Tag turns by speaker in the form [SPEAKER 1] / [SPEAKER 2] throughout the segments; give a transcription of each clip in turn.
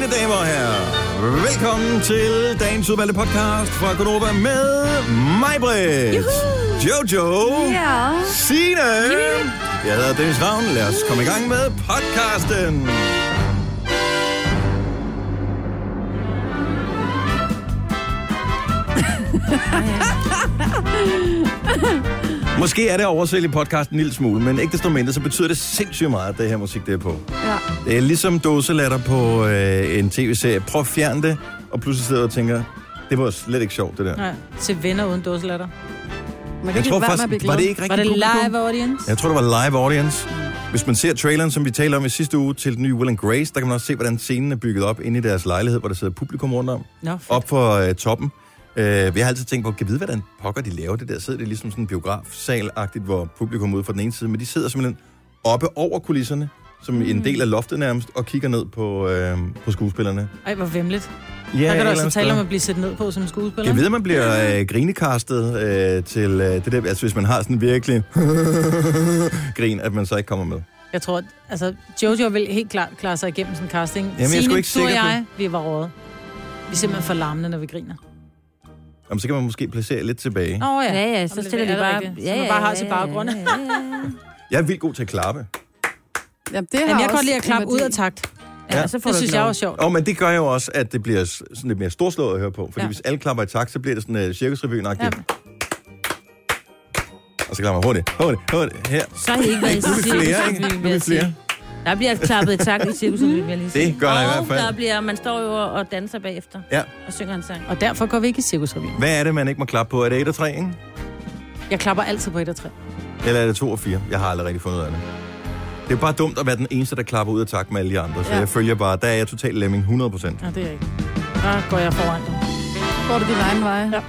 [SPEAKER 1] damer og herrer. Velkommen til dagens udvalgte podcast fra Gonova med mig, Britt, Jojo, Signe. Jeg hedder Dennis Ravn. Lad os komme i gang med podcasten. Måske er det oversælge i podcasten en lille smule, men ikke desto mindre, så betyder det sindssygt meget, at det her musik, det er på. Ja. Det er ligesom dåselatter på en tv-serie. Prøv at fjerne det, og pludselig sidder og tænker, det var slet ikke sjovt, det der.
[SPEAKER 2] Nej, til venner uden dåselatter.
[SPEAKER 1] Jeg tror faktisk, var det ikke rigtig publikum?
[SPEAKER 2] Var det live audience?
[SPEAKER 1] Jeg tror, det var live audience. Hvis man ser traileren, som vi talte om i sidste uge, til den nye Will & Grace, der kan man også se, hvordan scenen er bygget op inde i deres lejlighed, hvor der sidder publikum rundt om. Op for toppen. Vi har altid tænkt på, kan vide, hvordan pokker de laver det der? Sidder det ligesom sådan en biografsal-agtigt, hvor publikum er ude fra den ene side, men de sidder simpelthen oppe over kulisserne, som en del af loftet nærmest, og kigger ned på skuespillerne.
[SPEAKER 2] Ej, hvor vemmeligt.
[SPEAKER 1] Ja,
[SPEAKER 2] der kan du også tale om at blive set ned på som skuespiller.
[SPEAKER 1] Jeg ved, at man bliver grinekastet til det der, altså hvis man har sådan virkelig grin, at man så ikke kommer med.
[SPEAKER 2] Jeg tror, altså Jojo vil helt klart klare sig igennem sådan en casting.
[SPEAKER 1] Jamen, jeg er sgu ikke sikker på.
[SPEAKER 2] Vi var rådet. Vi er simpelthen for larmende, når vi griner.
[SPEAKER 1] Jamen, så kan man måske placere lidt tilbage.
[SPEAKER 3] Ja, så stiller de bare...
[SPEAKER 2] Så man bare har til baggrund.
[SPEAKER 1] Jeg er vildt god til at klappe.
[SPEAKER 2] Jamen, jeg kan godt lide at klappe ud af takt. Ja, så det synes jeg også sjovt.
[SPEAKER 1] Men det gør jo også, at det bliver sådan lidt mere storslået at høre på. Fordi hvis alle klapper i takt, så bliver det sådan cirkusrevyen-agtigt. Ja. Og så klapper man hurtigt. Her.
[SPEAKER 3] Så har I ikke været i cirkusrevyen, vil jeg sige. Der bliver klappet i takt i cirkusrevyen, vil jeg lige sige.
[SPEAKER 1] Det gør der i hvert fald.
[SPEAKER 3] Der bliver, man står jo og danser bagefter.
[SPEAKER 1] Ja.
[SPEAKER 3] Og synger en sang.
[SPEAKER 2] Og derfor går vi ikke i cirkusrevyen.
[SPEAKER 1] Hvad er det, man ikke må klappe på? Er det 1 og 3, ikke?
[SPEAKER 2] Jeg klapper altid på 1 og 3.
[SPEAKER 1] Eller er det 2 og 4? Jeg har aldrig rigtig fundet ud af det. Det er bare dumt at være den eneste, der klapper ud af takt med alle de andre. Så jeg følger bare, der er jeg totalt lemming 100%.
[SPEAKER 2] Ja, det er jeg ikke. Der går jeg foran dig.
[SPEAKER 4] Går du din egen vej?
[SPEAKER 2] Ja.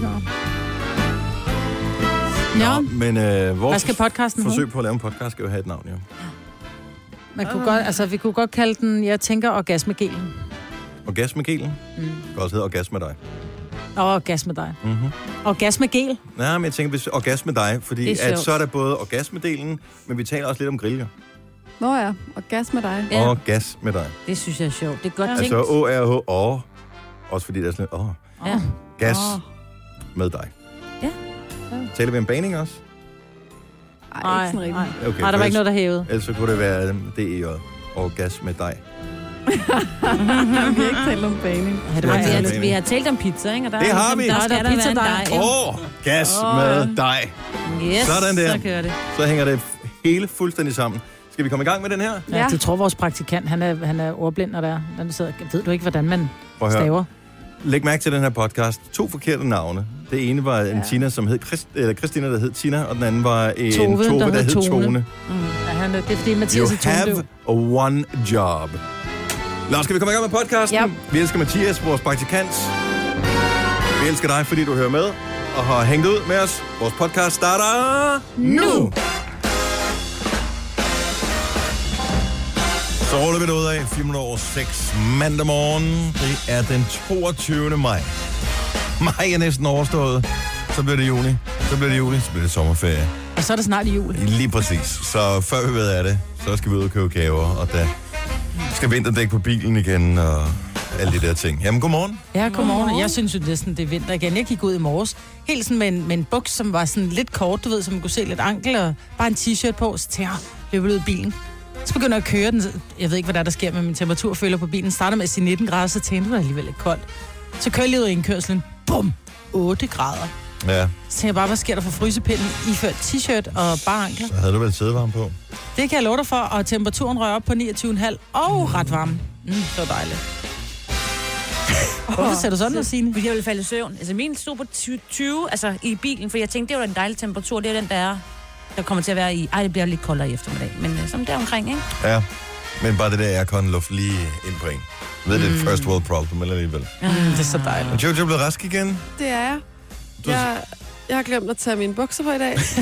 [SPEAKER 1] Ja, men vores
[SPEAKER 2] forsøg
[SPEAKER 1] på at lave en podcast skal jo have et navn, ja.
[SPEAKER 2] Man kunne godt, altså, vi kunne godt kalde den, jeg tænker, orgasmegelen.
[SPEAKER 1] Orgasmegelen? Det kan også hedde orgasme dig.
[SPEAKER 2] Orgasme dig. Orgasmegel?
[SPEAKER 1] Ja, men jeg tænker, hvis orgasme dig, fordi at så er der både orgasmedelen, men vi taler også lidt om griller.
[SPEAKER 4] Nå ja, orgasme dig.
[SPEAKER 1] Ja. Orgasme dig.
[SPEAKER 3] Det synes jeg er sjovt. Det er godt tænkt.
[SPEAKER 1] Altså O-R-H-O. Også fordi der er sådan lidt, gas med dig.
[SPEAKER 3] Ja.
[SPEAKER 1] Taler vi om baning også?
[SPEAKER 4] Ej, ikke sådan rigtigt.
[SPEAKER 1] Okay,
[SPEAKER 2] der var ikke noget, der hævede.
[SPEAKER 1] Ellers så kunne det være D-E-J. Orgasme med dig.
[SPEAKER 4] Vi har ikke talt om baning.
[SPEAKER 3] Vi har talt om pizza, ikke? Og der
[SPEAKER 1] det har vi.
[SPEAKER 3] Der skal der være en dej.
[SPEAKER 1] Gas med dig.
[SPEAKER 3] Yes,
[SPEAKER 1] sådan der.
[SPEAKER 3] Så kører det.
[SPEAKER 1] Så hænger det hele fuldstændig sammen. Skal vi komme i gang med den her?
[SPEAKER 2] Ja, du tror vores praktikant, han er ordblind, når der er. Ved du ikke, hvordan man staver?
[SPEAKER 1] Læg mærke til den her podcast. 2 forkerte navne. Det ene var en Tina, som hed Christina, der hed Tina, og den anden var en Tove der hed Tone.
[SPEAKER 2] Ja, det er fordi Mathias
[SPEAKER 1] You have one job. Nå, skal vi komme i gang med podcasten?
[SPEAKER 2] Yep.
[SPEAKER 1] Vi elsker Mathias, vores praktikant. Vi elsker dig, fordi du hører med og har hængt ud med os. Vores podcast starter nu! Så ruller vi det ud af 4:06 mandag morgen. Det er den 22. maj. Maj er næsten overstået. Så bliver det juni. Så bliver det sommerferie.
[SPEAKER 2] Og så er det snart jul.
[SPEAKER 1] Lige præcis. Så før vi ved af det, så skal vi ud og købe gaver. Og der skal vinterdæk på bilen igen og alle de der ting. Jamen, godmorgen.
[SPEAKER 2] Ja, godmorgen. Jeg synes jo næsten, det er vinter igen. Jeg gik ud i morges. Helt sådan med en buks, som var sådan lidt kort, du ved, så man kunne se lidt ankel og bare en t-shirt på. Så tænkte jeg, løber ud i bilen. Så begynder jeg at køre den. Jeg ved ikke, hvad der sker med min temperaturfølger på bilen. Starter med sin 19 grader, så tænkte jeg, alligevel lidt koldt. Så kører jeg lige ud i indkørslen. Bum! 8 grader.
[SPEAKER 1] Ja.
[SPEAKER 2] Så tænkte jeg bare, hvad sker der for frysepinden? Iført t-shirt og bare ankler.
[SPEAKER 1] Så havde du vel sædevarme på?
[SPEAKER 2] Det kan jeg love dig for, og temperaturen rører op på 29,5 og ret varm. Det var dejligt. Hvorfor ser du sådan noget, Signe?
[SPEAKER 3] Fordi jeg ville falde i søvn. Altså min stod på 20, altså i bilen, for jeg tænkte, det var en dejlig temperatur. Det er den, der kommer til at være i. Ej, det bliver lidt koldere i eftermiddag, men som der omkring, ikke?
[SPEAKER 1] Ja, men bare det der aircon-luft lige ind på en. Jeg ved, det er et first world problem, eller alligevel.
[SPEAKER 2] Det er så dejligt.
[SPEAKER 1] Og Jojo blevet rask igen?
[SPEAKER 4] Det er jeg. Jeg har glemt at tage mine bukser på i dag.
[SPEAKER 3] Det er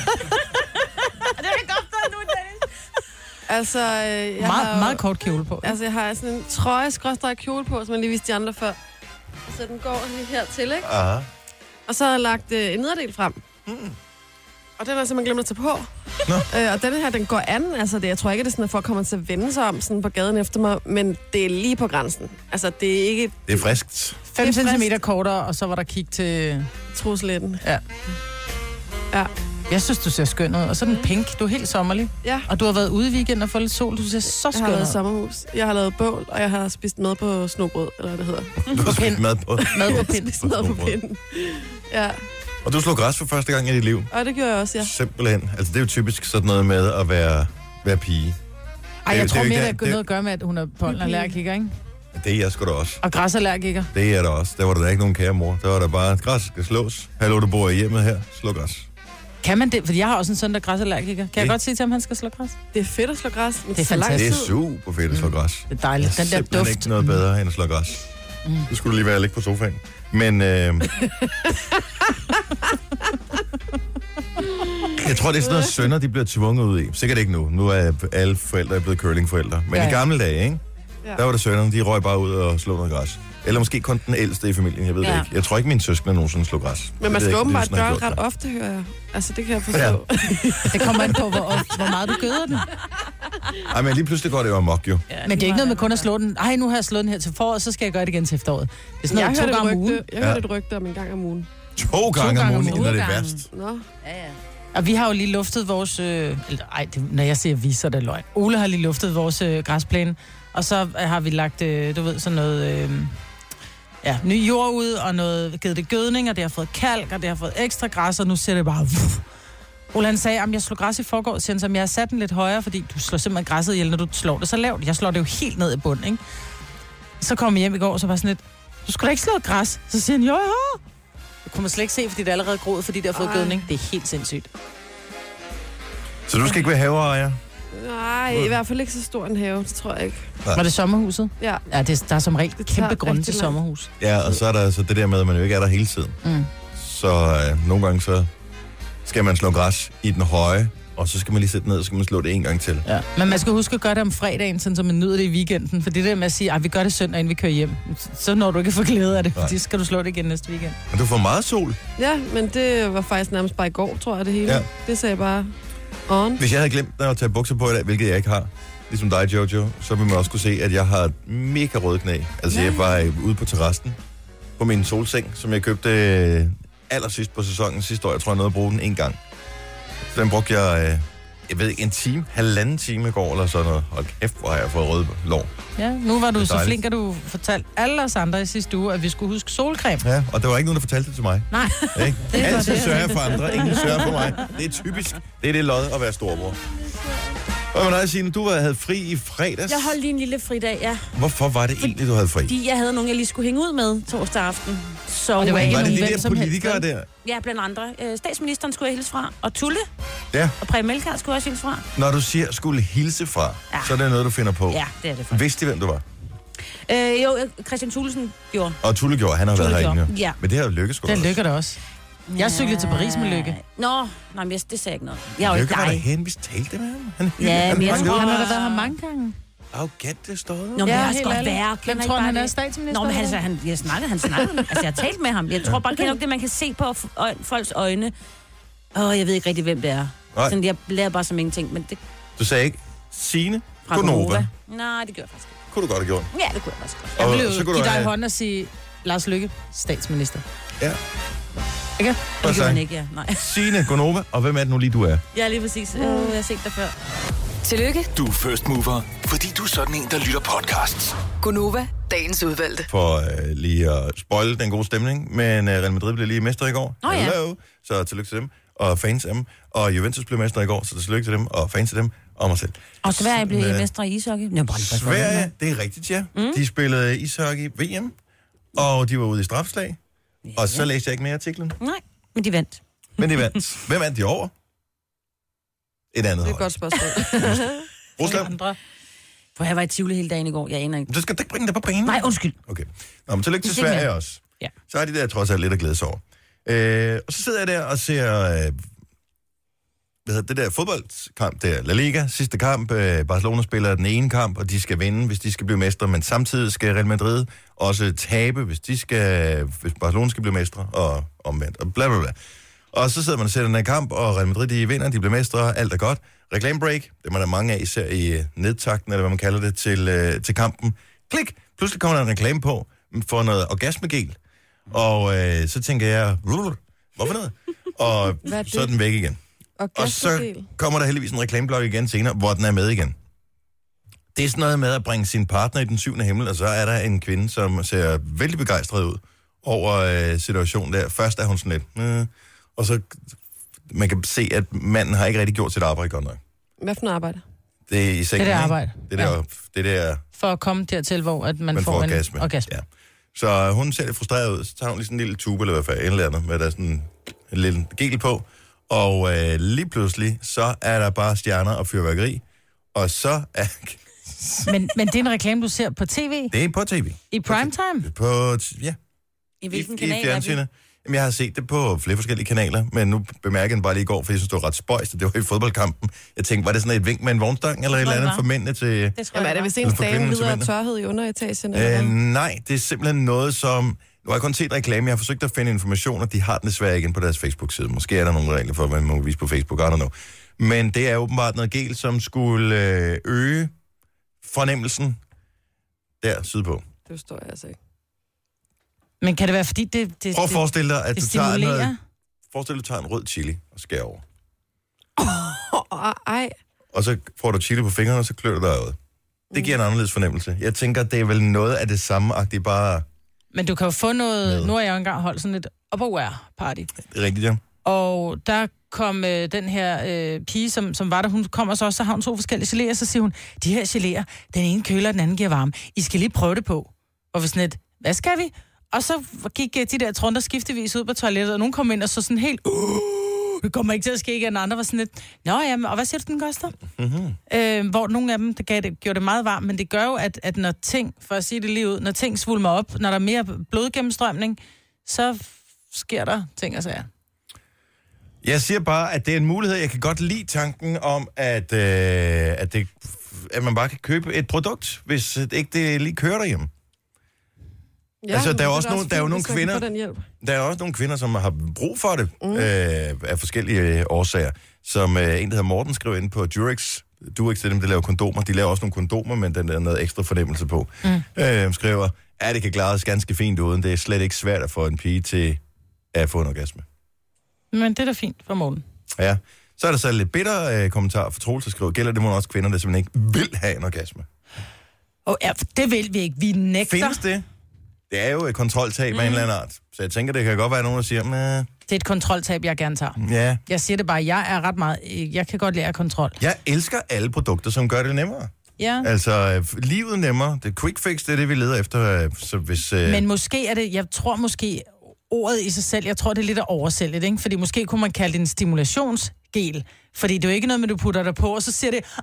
[SPEAKER 3] godt for nu, Dennis.
[SPEAKER 4] Altså, jeg
[SPEAKER 2] meget kort kjole på.
[SPEAKER 4] Altså, jeg har sådan en trøje-kjole på, som jeg lige viste de andre før. Så den går lige hertil, ikke?
[SPEAKER 1] Aha.
[SPEAKER 4] Og så har jeg lagt en nederdel frem. Og den har jeg simpelthen glemt at tage på. Og den her, den går an. Altså, jeg tror ikke, at det er sådan, at folk kommer til at vende sig om sådan på gaden efter mig, men det er lige på grænsen. Altså, det er ikke...
[SPEAKER 1] Det er friskt.
[SPEAKER 2] 5 centimeter kortere, og så var der kig til...
[SPEAKER 4] Trusletten.
[SPEAKER 2] Ja.
[SPEAKER 4] Ja.
[SPEAKER 2] Jeg synes, du ser skøn ud. Og så er den pink. Du er helt sommerlig.
[SPEAKER 4] Ja.
[SPEAKER 2] Og du har været ude i weekenden og fået lidt sol. Du ser så skøn ud.
[SPEAKER 4] Jeg har lavet sommerhus. Jeg har lavet bål, og jeg har spist mad på snobrød, eller hvad det hedder.
[SPEAKER 1] Du har spist mad på?
[SPEAKER 2] Mad på pind.
[SPEAKER 4] Spist mad på pinden. Ja.
[SPEAKER 1] Og du slog græs for første gang i dit liv?
[SPEAKER 4] Og det gjorde jeg også, ja.
[SPEAKER 1] Simpelthen. Altså, det er jo typisk sådan noget med at være pige.
[SPEAKER 2] Ej, jeg tror mere, det har noget at gøre med, at hun er pollenallergiker, ikke?
[SPEAKER 1] Det er jeg sgu da også.
[SPEAKER 2] Og græsallergiker.
[SPEAKER 1] Det er jeg da også. Der var der ikke nogen kære mor. Der var der bare, græs skal slås. Hallo, du bor i hjemmet her. Slå græs.
[SPEAKER 2] Kan man det? Fordi jeg har også en søn, der er græsallergiker. Kan jeg godt sige til ham, han skal slå græs?
[SPEAKER 4] Det er fedt at slå græs.
[SPEAKER 2] Det er fantastisk.
[SPEAKER 1] Det er super fedt at slå græs.
[SPEAKER 2] Det er dejligt. Den der duft.
[SPEAKER 1] Det er ikke noget bedre end at slå græs. Det skulle lige være at ligge på sofaen. Men jeg tror, det er sådan noget sønner, de bliver tvunget ud i. Sikkert ikke nu. Nu er alle forældre blevet curlingforældre. Men i gamle dage, ikke? Ja. Der var det sønnerne, de røg bare ud og slog noget græs. Eller måske kun den ældste i familien, jeg ved det ikke. Jeg tror ikke, mine søskende nogensinde slog græs.
[SPEAKER 4] Men man skal åbenbart gøre det ret ofte, hører jeg. Altså, det kan jeg forstå.
[SPEAKER 1] Ja.
[SPEAKER 2] Det kommer an på, hvor meget du gøder den.
[SPEAKER 1] Ej, men lige pludselig går det jo amok, jo.
[SPEAKER 2] Ja, men det er ikke noget med kun at slå den. Ej, nu har jeg slået den her til foråret, så skal jeg gøre det igen til efteråret. Det er sådan noget 2 gange om ugen.
[SPEAKER 4] Jeg hørte et rygte om en gang om ugen.
[SPEAKER 1] 2 gange om ugen, når det er værst.
[SPEAKER 4] Nå.
[SPEAKER 3] Ja.
[SPEAKER 2] Og vi har jo lige luftet vores... når jeg siger vi, så er det løgn. Ole har lige luftet vores græsplæne, og så har vi lagt, du ved, sådan noget... ny jord ud, og noget, givet det gødning, og det har fået kalk, og det har fået ekstra græs, og nu ser det bare... Ole han sagde, at jeg slog græs i forgårs, som jeg har sat den lidt højere, fordi du slår simpelthen græsset ihjel, når du slår det så lavt. Jeg slår det jo helt ned i bunden, ikke? Så kom jeg hjem i går, og så var sådan lidt, du skulle da ikke slå græs. Så siger han, jo, jeg har. Det kunne man slet ikke se, fordi det er allerede groet, fordi det har fået gødning. Det er helt sindssygt.
[SPEAKER 1] Så du skal ikke være haveejer?
[SPEAKER 4] Nej, i hvert fald ikke så stor en have, det tror jeg ikke.
[SPEAKER 2] Var det sommerhuset?
[SPEAKER 4] Ja.
[SPEAKER 2] Ja, der er som regel kæmpe grund til sommerhus.
[SPEAKER 1] Ja, og så er der så det der med, at man jo ikke er der hele tiden. Så nogle gange så skal man slå græs i den høje, og så skal man lige sætte ned, og så skal man slå det en gang til.
[SPEAKER 2] Ja. Men man skal huske at gøre det om fredagen, sådan, så man nyder det i weekenden. For det der med at sige, at vi gør det søndag, inden vi kører hjem, så når du ikke får glæde af det, fordi skal du slå det igen næste weekend.
[SPEAKER 1] Men du får meget sol.
[SPEAKER 4] Ja, men det var faktisk nærmest bare i går, tror jeg, det hele. Ja. Det sagde bare on.
[SPEAKER 1] Hvis jeg havde glemt at tage bukser på i dag, hvilket jeg ikke har, ligesom dig, Jojo, så vil man også kunne se, at jeg har mega røde knæ. Altså, jeg var ude på terrassen på min solseng, som jeg købte allersidst på sæsonen sidste år. Jeg tror, jeg nåede at bruge den en gang. Så den brugte jeg, jeg ved ikke, en time, 1,5 time i går eller sådan noget. Hold kæft, hvor har jeg fået røde lår.
[SPEAKER 2] Ja, nu var du så flink, at du fortalte alle os andre i sidste uge, at vi skulle huske solcreme.
[SPEAKER 1] Ja, og der var ikke nogen, der fortalte det til mig.
[SPEAKER 2] Nej.
[SPEAKER 1] Ikke? Altid sørger jeg for andre, ingen sørger for mig. Det er typisk. Det er det lod at være storbror. Hvad med dig, Signe? Du havde fri i fredags.
[SPEAKER 3] Jeg holdt lige en lille fridag, ja.
[SPEAKER 1] Hvorfor var det egentlig, du havde fri?
[SPEAKER 3] Fordi jeg havde nogen, jeg lige skulle hænge ud med torsdag aften. Så
[SPEAKER 2] og det var
[SPEAKER 1] var det de
[SPEAKER 2] der
[SPEAKER 1] politikere der?
[SPEAKER 3] Ja, blandt andre. Statsministeren skulle jeg hilse fra, og Tulle.
[SPEAKER 1] Ja.
[SPEAKER 3] Og Preben Melchior skulle jeg også hilse fra.
[SPEAKER 1] Når du siger, skulle hilse fra, så er det noget, du finder på.
[SPEAKER 3] Ja, det er det faktisk.
[SPEAKER 1] Vidste de, hvem du var?
[SPEAKER 3] Jo, Christian Thulesen gjorde.
[SPEAKER 1] Og Tulle gjorde, han har været herinde.
[SPEAKER 3] Ja.
[SPEAKER 1] Men det har jo lykkes godt.
[SPEAKER 2] Den lykker da også. Jeg cyklede til Paris med Lykke.
[SPEAKER 3] Nå, nej, men det sagde jeg ikke noget. Jeg var
[SPEAKER 1] Lykke var derhen, vi talte med ham.
[SPEAKER 3] Ja, men jeg tror,
[SPEAKER 2] han har da været her mange gange.
[SPEAKER 1] Arrogant, det står.
[SPEAKER 3] Nå, men
[SPEAKER 2] ja,
[SPEAKER 3] jeg skal godt være.
[SPEAKER 2] Hvem tror han er statsminister?
[SPEAKER 3] Nå, men han snakkede. Altså, jeg har talt med ham. Jeg tror bare, det er nok det, man kan se på folks øjne. Jeg ved ikke rigtig, hvem det er. Sådan, jeg lærer bare som ingenting, men det...
[SPEAKER 1] Du sagde ikke Signe
[SPEAKER 3] fra
[SPEAKER 1] Gonova?
[SPEAKER 3] Nej, det gør jeg faktisk ikke.
[SPEAKER 1] Kunne du godt have gjort?
[SPEAKER 3] Ja, det kunne jeg faktisk godt.
[SPEAKER 2] Jeg ville jo give dig hånd og sige, Lars Løkke, statsminister.
[SPEAKER 1] Ja.
[SPEAKER 2] Ikke?
[SPEAKER 3] Det gjorde man ikke, ja. Nej.
[SPEAKER 1] Signe Gonova, og hvem er det nu lige, du er?
[SPEAKER 3] Ja, lige præcis. Jeg har set dig før.
[SPEAKER 5] Tillykke.
[SPEAKER 6] Du er first mover, fordi du er sådan en, der lytter podcasts.
[SPEAKER 5] Gonova, dagens udvalgte.
[SPEAKER 1] For lige at spoile den gode stemning, men Real Madrid blev lige mester i går.
[SPEAKER 3] Ja.
[SPEAKER 1] Så tillykke til dem, og fans af dem. Og Juventus blev mester i går, så tillykke til dem, og fans af dem, og mig selv.
[SPEAKER 3] Og Sverige blev mestre i ishockey.
[SPEAKER 1] Sverige, det er rigtigt, ja. De spillede ishockey VM, og de var ude i strafslag. Ja. Og så læste jeg ikke mere artiklen.
[SPEAKER 3] Nej, men de vandt.
[SPEAKER 1] Hvem vandt de over? Et andet hold.
[SPEAKER 4] Det er et godt spørgsmål.
[SPEAKER 1] Rusland?
[SPEAKER 3] For jeg var i Tivoli hele dagen i går. Jeg aner ikke.
[SPEAKER 1] Du skal ikke bringe det på banen.
[SPEAKER 3] Nej, undskyld.
[SPEAKER 1] Okay. Nå, men tillykke til Sverige også.
[SPEAKER 3] Ja.
[SPEAKER 1] Så er de der trods alt lidt at glæde sig over. Og så sidder jeg der og ser det der fodboldkamp der. La Liga, sidste kamp. Barcelona spiller den ene kamp, og de skal vinde, hvis de skal blive mestre. Men samtidig skal Real Madrid også tabe, hvis Barcelona skal blive mestre, og omvendt. Og bla bla bla. Og så sidder man og ser den her kamp, og Real Madrid, de vinder, de bliver mestre, alt er godt. Reklamebreak, det er der mange af, især i nedtakten, eller hvad man kalder det, til kampen. Klik! Pludselig kommer der en reklame på for noget orgasmegel. Og så tænker jeg, hvorfor noget? Og så er den væk igen. Og så kommer der heldigvis en reklameblok igen senere, hvor den er med igen. Det er sådan noget med at bringe sin partner i den 7. himmel, og så er der en kvinde, som ser vældig begejstret ud over situationen der. Først er hun sådan lidt, og så man kan se, at manden har ikke rigtig gjort sit arbejde godt nok.
[SPEAKER 4] Hvad for noget arbejde?
[SPEAKER 1] Det er i sengen,
[SPEAKER 2] det arbejde.
[SPEAKER 1] Det der
[SPEAKER 2] for at komme dertil, hvor at man får
[SPEAKER 1] orgasme.
[SPEAKER 2] En orgasme.
[SPEAKER 1] Ja. Så hun ser lidt frustreret ud, så tager hun lige sådan en lille tube, eller hvad for en eller andet, med der sådan en lille gel på, og lige pludselig, så er der bare stjerner og fyrværkeri, og så er...
[SPEAKER 2] men det er en reklame, du ser på tv?
[SPEAKER 1] Det er på tv.
[SPEAKER 2] I primetime?
[SPEAKER 1] Ja.
[SPEAKER 3] I hvilken kanal
[SPEAKER 1] er vi? Jamen, jeg har set det på flere forskellige kanaler, men nu bemærker jeg den bare lige i går, for jeg synes, det var ret spøjst, det var i fodboldkampen. Jeg tænkte, var det sådan et vink med en vognstang, eller et eller andet for mændene til...
[SPEAKER 4] Jamen, er det hvis ens dame lider af tørhed i underetagen?
[SPEAKER 1] Nej, det er simpelthen noget, som... Nu har jeg kun set reklame, jeg har forsøgt at finde information, og de har den desværre igen på deres Facebook-side. Måske er der nogle regler for, hvad man må vise på Facebook, I don't know. Men det er åbenbart noget gel, som skulle øge fornemmelsen der sydpå.
[SPEAKER 4] Det forstår jeg altså ikke.
[SPEAKER 2] Men kan det være, fordi det
[SPEAKER 1] prøv at forestille dig, at du tager
[SPEAKER 2] noget...
[SPEAKER 1] Forestil dig, at du tager en rød chili og skærer over.
[SPEAKER 4] Ej.
[SPEAKER 1] Og så får du chili på fingrene, og så klør du dig ud. Det giver en anderledes fornemmelse. Jeg tænker, det er vel noget af det samme-agtige, bare...
[SPEAKER 2] Men du kan jo få noget... Nu har jeg jo engang holdt sådan et Upperwear-party.
[SPEAKER 1] Det er rigtigt, ja.
[SPEAKER 2] Og der kom den her pige, som var der, hun kommer så har hun 2 forskellige geléer, så siger hun, de her geléer, den ene køler, den anden giver varme. I skal lige prøve det på. Og vi sådan et, hvad skal vi? Og så gik de der trunder skiftevis ud på toilettet, og nogen kom ind og så sådan helt, det kommer ikke til at ske igen, og andre var sådan lidt, nå jamen, og hvad siger du, den koster? Mm-hmm. Hvor nogle af dem, gjorde det meget varmt, men det gør jo, at når ting, for at sige det lige ud, når ting svulmer op, når der er mere blodgennemstrømning, så sker der ting og sager.
[SPEAKER 1] Jeg siger bare, at det er en mulighed. Jeg kan godt lide tanken om, at man bare kan købe et produkt, hvis ikke det lige kører derhjemme. Ja, altså, der er jo nogle kvinder, der er også nogle kvinder, som har brug for det af forskellige årsager. Som en, der hedder Morten, skriver ind på Durex. Durex, det er dem, der laver kondomer. De laver også nogle kondomer, men den der er noget ekstra fornemmelse på. Skriver, det kan klares ganske fint uden. Det er slet ikke svært at få en pige til at få en orgasme. Men
[SPEAKER 2] det er da fint for Morten.
[SPEAKER 1] Ja. Så er der så lidt bitter kommentar for Troels, der skriver, gælder det måske også kvinder, der simpelthen ikke vil have en orgasme?
[SPEAKER 2] Det vil vi ikke. Vi nægter.
[SPEAKER 1] Findes det? Det er jo et kontroltab af en eller anden art. Så jeg tænker, det kan godt være nogen, der siger, det
[SPEAKER 2] er et kontroltab, jeg gerne tager.
[SPEAKER 1] Ja.
[SPEAKER 2] Jeg siger det bare, jeg er ret meget... Jeg kan godt lære kontrol.
[SPEAKER 1] Jeg elsker alle produkter, som gør det nemmere.
[SPEAKER 2] Ja.
[SPEAKER 1] Altså, livet nemmere. Det quick fix, det er det, vi leder efter. Så hvis,
[SPEAKER 2] Men måske er det... Jeg tror måske, ordet i sig selv, jeg tror, det er lidt at oversælge det, ikke? Fordi måske kunne man kalde det en stimulationsgel. Fordi det er jo ikke noget med, du putter dig på, og så siger det...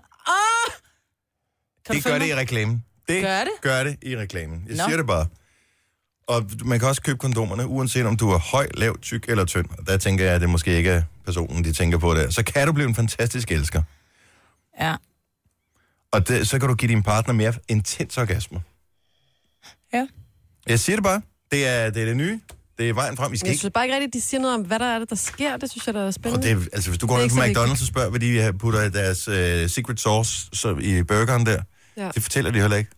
[SPEAKER 1] Det gør det i reklamen. Gør det i reklamen. Jeg siger det bare. Og man kan også købe kondomerne, uanset om du er høj, lav, tyk eller tynd. Og der tænker jeg, at det måske ikke er personen, de tænker på der. Så kan du blive en fantastisk elsker.
[SPEAKER 2] Ja.
[SPEAKER 1] Og så kan du give din partner mere intens orgasme.
[SPEAKER 2] Ja.
[SPEAKER 1] Jeg siger det bare. Det er det nye. Det er vejen frem.
[SPEAKER 4] Jeg synes bare ikke rigtigt, de siger noget om, hvad der er, der sker. Det synes jeg, der er spændende.
[SPEAKER 1] Og det, altså, hvis du går ned på McDonald's og spørger, hvad de putter i deres secret sauce i burgeren der, det fortæller de heller ikke.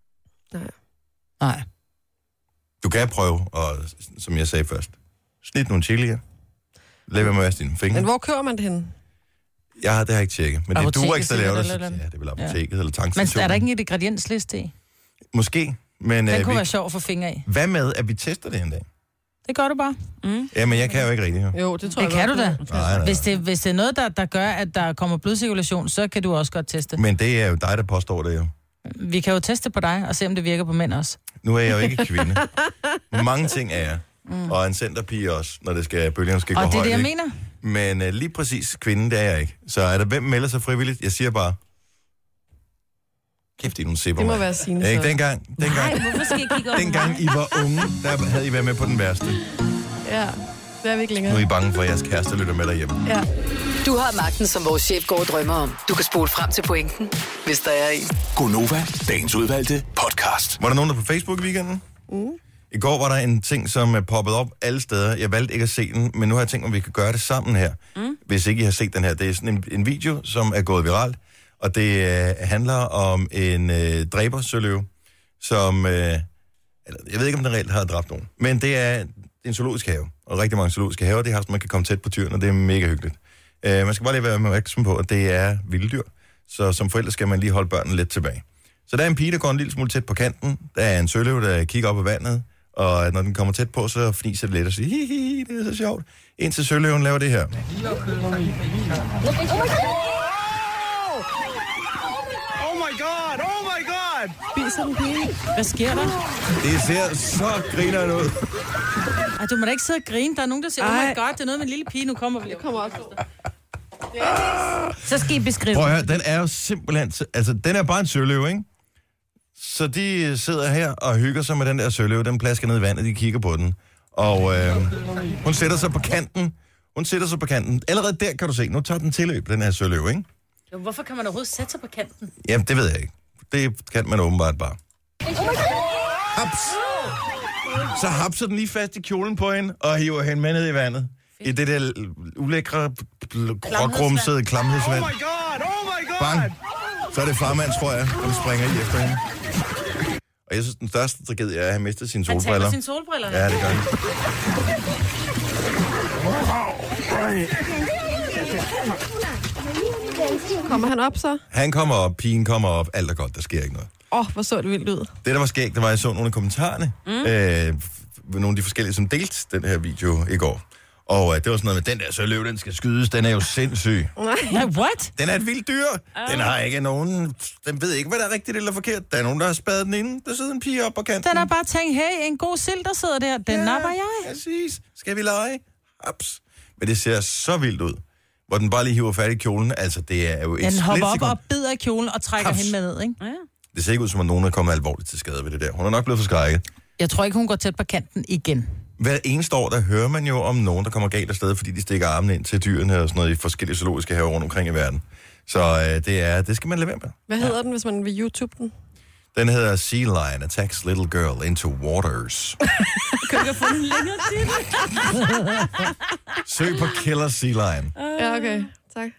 [SPEAKER 2] Nej.
[SPEAKER 1] Du kan prøve, og som jeg sagde først, snit nogle chilier. Lad være med at dine fingre.
[SPEAKER 4] Men hvor køber man det henne?
[SPEAKER 1] Det har jeg ikke tjekket. Men
[SPEAKER 2] apoteket,
[SPEAKER 1] det er Durex, der laver det. Ja, det er vel apoteket eller tankstationen.
[SPEAKER 2] Men er der ikke en ingrediensliste i?
[SPEAKER 1] Måske, men...
[SPEAKER 2] Den kunne være sjov at få fingre af.
[SPEAKER 1] Hvad med, at vi tester det en dag?
[SPEAKER 2] Det gør du bare.
[SPEAKER 1] Ja, men jeg kan jo ikke rigtig.
[SPEAKER 4] Jo, det tror jeg
[SPEAKER 2] kan du da.
[SPEAKER 1] Nej.
[SPEAKER 2] Hvis det er noget, der gør, at der kommer blodcirkulation, så kan du også godt teste.
[SPEAKER 1] Men det er jo dig, der påstår det jo.
[SPEAKER 2] Vi kan jo teste på dig, og se, om det virker på mænd også.
[SPEAKER 1] Nu er jeg jo ikke kvinde. Mange ting er jeg. Og en centerpige også, når bølgerne skal gå højt.
[SPEAKER 2] Og det er det, jeg mener.
[SPEAKER 1] Men lige præcis kvinde, det er jeg ikke. Så er der hvem melder sig frivilligt? Jeg siger bare... Kæft, I nogle sipper.
[SPEAKER 4] Det må være Signe,
[SPEAKER 1] så. Dengang,
[SPEAKER 3] nej, hvorfor skal I kigge over
[SPEAKER 1] dengang I var unge, der havde I været med på den værste.
[SPEAKER 4] Ja, det er vi ikke længere.
[SPEAKER 1] Nu er I bange for, at jeres kæreste lytter med derhjemme.
[SPEAKER 4] Ja.
[SPEAKER 5] Du har magten, som vores chef går og drømmer om. Du kan spole frem til pointen, hvis der er en.
[SPEAKER 6] Gonova, dagens udvalgte podcast.
[SPEAKER 1] Var der nogen, der på Facebook i weekenden? I går var der en ting, som er poppet op alle steder. Jeg valgte ikke at se den, men nu har jeg tænkt mig, at vi kan gøre det sammen her. Hvis ikke I har set den her. Det er sådan en video, som er gået viralt. Og det handler om en dræbersøløve, som... jeg ved ikke, om den reelt har dræbt nogen. Men det er en zoologisk have. Og rigtig mange zoologiske haver, det har sådan, man kan komme tæt på dyrene, og det er mega hyggeligt. Man skal bare lige være opmærksom på, at det er vilde dyr. Så som forældre skal man lige holde børnene lidt tilbage. Så der er en pige, der går en lille smule tæt på kanten. Der er en søløve, der kigger op ad vandet. Og når den kommer tæt på, så fniser det lidt og siger, hihi, det er så sjovt. Indtil søløven laver det her.
[SPEAKER 7] Oh my god!
[SPEAKER 4] Spiser den pige?
[SPEAKER 2] Hvad sker der?
[SPEAKER 1] Det ser så grineren ud.
[SPEAKER 2] Ej, du må da ikke sidde og grine. Der er nogen, der siger, oh my god, det er noget med en lille pige. Nu kommer vi.
[SPEAKER 4] Det kommer også.
[SPEAKER 3] Så skal I beskrive.
[SPEAKER 1] Prøv at høre, den er jo simpelthen... Altså, den er bare en søløve, ikke? Så de sidder her og hygger sig med den der søløve. Den plasker ned i vandet, de kigger på den. Og hun sætter sig på kanten. Allerede der kan du se, nu tager den tilløb, den her søløve, ikke?
[SPEAKER 2] Jo, hvorfor kan man overhovedet sætte sig på kanten?
[SPEAKER 1] Jamen, det ved jeg ikke. Det kan man åbenbart bare. Haps! Så hapser den lige fast i kjolen på hende, og hiver hende med ned i vandet. I det der ulækre, grågrumsede klamhedsvand.
[SPEAKER 7] Oh my god!
[SPEAKER 1] Bang! Så er det farmand, tror jeg, og springer i efter hende. Og jeg synes, den største tragedie er, at han mistet sine solbriller.
[SPEAKER 2] Han tager sine solbriller.
[SPEAKER 1] Ja, det gør han.
[SPEAKER 4] Kommer han op så?
[SPEAKER 1] Han kommer op, pigen kommer op, alt er godt, der sker ikke noget.
[SPEAKER 4] Hvor så det vildt ud.
[SPEAKER 1] Det, der var skægt, det var, at jeg så nogle af kommentarerne. Nogle af de forskellige, som delte den her video i går. Og det var sådan noget med, den der søløve, den skal skydes, den er jo sindssyg.
[SPEAKER 2] Nej, what?
[SPEAKER 1] Den er et vildt dyr. Den har ikke nogen... Den ved ikke, hvad der er rigtigt eller forkert. Der er nogen, der har spadet den inde. Der sidder en pige op på kanten.
[SPEAKER 2] Den har bare tænkt, hey, en god sild, der sidder der. Den napper jeg.
[SPEAKER 1] Præcis. Skal vi lege? Ups. Men det ser så vildt ud. Hvor den bare lige hiver fat i kjolen. Altså, det er jo et
[SPEAKER 2] den hopper op
[SPEAKER 1] splitsekund.
[SPEAKER 2] og bider i kjolen og trækker hende med ned, ikke? Ja.
[SPEAKER 1] Det ser ikke ud, som om nogen er kommet alvorligt til skade ved det der. Hun er nok blevet forskrækket.
[SPEAKER 2] Jeg tror ikke, hun går tæt på kanten igen.
[SPEAKER 1] Hver eneste år, der hører man jo om nogen, der kommer galt afsted, fordi de stikker armene ind til dyrene og sådan noget i forskellige zoologiske haver rundt omkring i verden. Så det skal man lade være med.
[SPEAKER 4] Hvad hedder den, hvis man vil YouTube den?
[SPEAKER 1] Den hedder Sea Lion Attacks Little Girl into Waters.
[SPEAKER 3] Kan du få en længere titel?
[SPEAKER 1] Søg på Killer Sea Lion.
[SPEAKER 4] Ja, okay. Tak.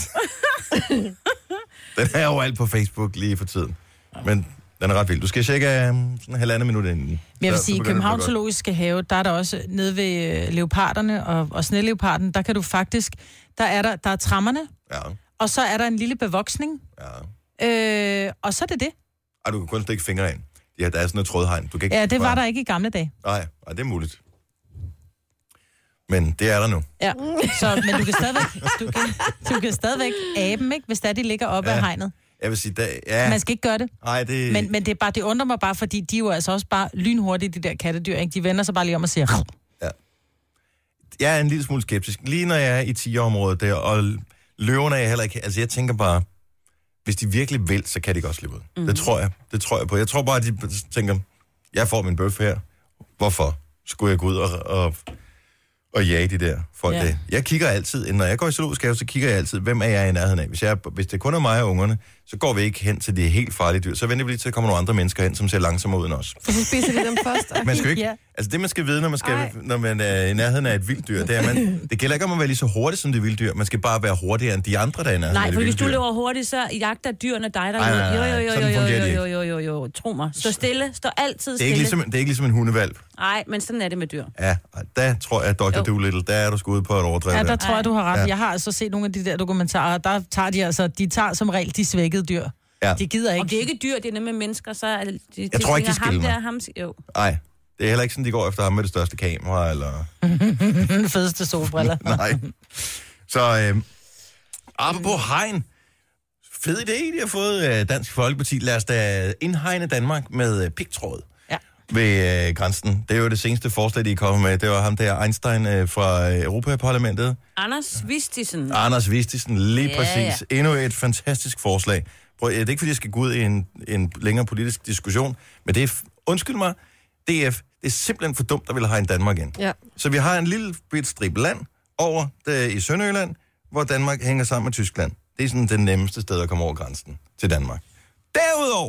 [SPEAKER 1] Den er jo alt på Facebook lige for tiden. Men den er ret vild. Du skal tjekke sådan en halvandet minut inden.
[SPEAKER 2] Jeg vil sige, i Københavns Zoologiske Have, der er der også nede ved leoparderne og sneleoparden, der kan du faktisk, der er trammerne, og så er der en lille bevoksning, og så er det det.
[SPEAKER 1] Ej, du kan kun stikke fingre ind. Ja, der er sådan noget trådhegn. Du kan ikke
[SPEAKER 2] det var der ikke i gamle dage.
[SPEAKER 1] Nej, det er muligt. Men det er der nu.
[SPEAKER 2] Ja, men du kan stadigvæk abe dem, ikke, hvis der de ligger oppe af hegnet.
[SPEAKER 1] Jeg vil sige,
[SPEAKER 2] man skal ikke gøre det.
[SPEAKER 1] Nej, det...
[SPEAKER 2] Men det undrer mig bare, fordi de er jo altså også bare lynhurtige, de der kattedyr, ikke? De vender sig bare lige om og siger...
[SPEAKER 1] Ja. Jeg er en lille smule skeptisk. Lige når jeg er i 10-området der, og løverne er heller ikke... Altså, jeg tænker bare, hvis de virkelig vil, så kan de godt slippe ud. Det tror jeg på. Jeg tror bare, at de tænker, jeg får min bøf her. Hvorfor skulle jeg gå ud og jage de der folk det? Jeg kigger altid, når jeg går i zoologisk have, så kigger jeg altid, hvem er jeg i nærheden af? Hvis det kun er mig og ungerne, så går vi ikke hen til de helt farlige dyr. Så venter vi lige til, at der kommer nogle andre mennesker hen, som ser langsommere ud end os.
[SPEAKER 4] For så spiser de dem først.
[SPEAKER 1] Man skal ikke... Altså det, man skal vide, når man er i nærheden af et vildt dyr, det er, det gælder ikke om at være lige så hurtigt som det vilde dyr. Man skal bare være hurtigere end de andre, der er i nærheden af det vilde dyr.
[SPEAKER 3] Nej, for hvis du løber hurtigt, så jagter dyrene dig derude. Jo. Tro mig. Stå stille. Stå altid stille.
[SPEAKER 1] Det er ikke ligesom en hundevalp.
[SPEAKER 3] Nej, men sådan er det med dyr.
[SPEAKER 1] Ja, der tror jeg, Dr. Dolittle, der er du sgu ude på et overdrev.
[SPEAKER 2] Ja, der tror jeg, du har ret. Ja. Jeg har altså set nogle af de der dokumentarer, der tager de tager som regel de svækkede dyr. Ja. De gider ikke.
[SPEAKER 3] Og det er ikke dyr, det er nemlig mennesker, så er de
[SPEAKER 1] jeg tror ikke, de skiller
[SPEAKER 3] ham.
[SPEAKER 1] Nej, det er heller ikke sådan, de går efter ham med det største kamera, eller...
[SPEAKER 2] Den fedeste solbriller.
[SPEAKER 1] Nej. Så, apropos hegn. Fed idé, de har fået Dansk Folkeparti. Lad os da indhegne Danmark med pigtråd ved grænsen. Det er jo det seneste forslag, de er kommet med. Det var ham der Einstein fra Europaparlamentet.
[SPEAKER 3] Anders
[SPEAKER 1] Vistisen, lige præcis. Endnu et fantastisk forslag. Det er ikke, fordi jeg skal gå ud i en længere politisk diskussion, men det er, undskyld mig, DF, det er simpelthen for dumt, der vil have en Danmark ind. Ja. Så vi har en lille bit stribe land over i Sønderjylland, hvor Danmark hænger sammen med Tyskland. Det er sådan det nemmeste sted at komme over grænsen til Danmark. Derudover,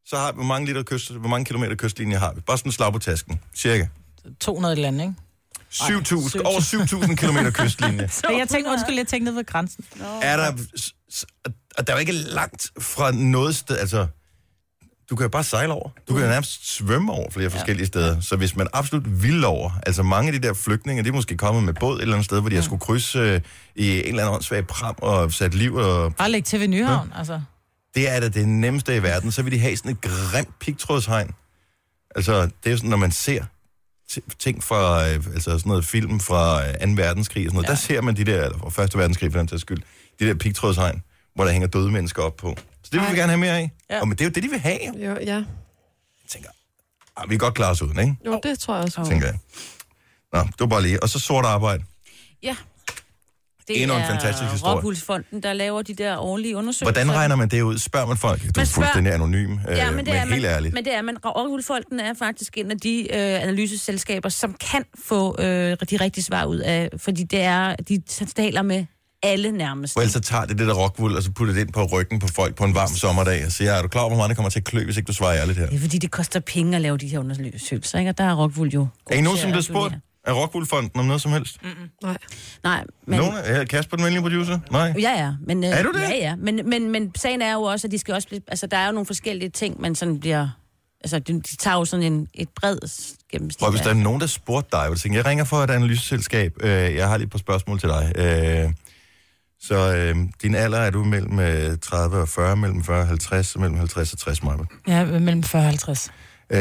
[SPEAKER 1] så har vi, hvor mange kilometer kystlinje har vi? Bare sådan en slag på tasken. Cirka.
[SPEAKER 2] 200 et land, ikke?
[SPEAKER 1] 7.000, over 7.000 kilometer kystlinje.
[SPEAKER 2] Jeg tænkte ned ved grænsen.
[SPEAKER 1] Er der... Og der er jo ikke langt fra noget sted, altså... Du kan jo bare sejle over. Du kan jo nærmest svømme over flere forskellige steder. Så hvis man absolut vil over, altså mange af de der flygtninge, de er måske kommet med båd et eller andet sted, hvor de har skulle krydse i en eller anden åndssvag pram og sat liv og...
[SPEAKER 2] Bare læg til ved Nyhavn, altså.
[SPEAKER 1] Det er da det nemmeste i verden. Så vil de have sådan et grimt pigtrådshegn. Altså, det er jo sådan, når man ser ting fra, altså sådan noget film fra 2. verdenskrig og sådan noget, der ser man de der, eller fra 1. verdenskrig for den tages skyld, de der pigtrådshegn, hvor der hænger døde mennesker op på. Så det vil vi gerne have mere af. Ja. Og men det er jo det, de vil have.
[SPEAKER 4] Jo, ja.
[SPEAKER 1] Jeg tænker, vi kan godt klare os uden, ikke?
[SPEAKER 4] Jo, det tror jeg også.
[SPEAKER 1] Tænker jeg. Nå, det var bare lige. Og så sort arbejde.
[SPEAKER 3] Ja. Det
[SPEAKER 1] endnu en fantastisk historie.
[SPEAKER 3] Rockwool-fonden, der laver de der årlige undersøgelser.
[SPEAKER 1] Hvordan regner man det ud? Spørger man folk? Du er fuldstændig anonym,
[SPEAKER 3] ja, men
[SPEAKER 1] helt ærligt.
[SPEAKER 3] Men det er man. Rockwool-fonden er faktisk en af de analyseselskaber, som kan få de rigtige svar ud af, fordi det er, de taler med alle nærmest.
[SPEAKER 1] Og ellers så tager det der rockwool, og så putter det ind på ryggen på folk på en varm sommerdag, og siger, er du klar over, hvor meget det kommer til at klø, hvis ikke du svarer ærligt her?
[SPEAKER 3] Det er fordi, det koster penge at lave de her undersøgelser, ikke? Og der er Rockwool jo...
[SPEAKER 1] Er I nogen, som bliver spurgt af Rockwool-fonden om noget som helst?
[SPEAKER 4] Nej.
[SPEAKER 3] Men...
[SPEAKER 1] Nogen? Er Kasper den venlige producer? Nej.
[SPEAKER 3] Ja. Men,
[SPEAKER 1] er du det?
[SPEAKER 3] Ja. Men sagen er jo også, at de skal også blive... Altså, der er jo nogle forskellige ting, man sådan bliver... Altså, de tager jo sådan et bred gennemsnit.
[SPEAKER 1] Og hvis der er nogen, der spurgte dig, vil jeg ringer for et analyseselskab. Jeg har lige et par spørgsmål til dig. Så din alder er du mellem 30 og 40, mellem 40 og 50, mellem 50 og 60, Maja?
[SPEAKER 2] Ja, mellem 40 og 50.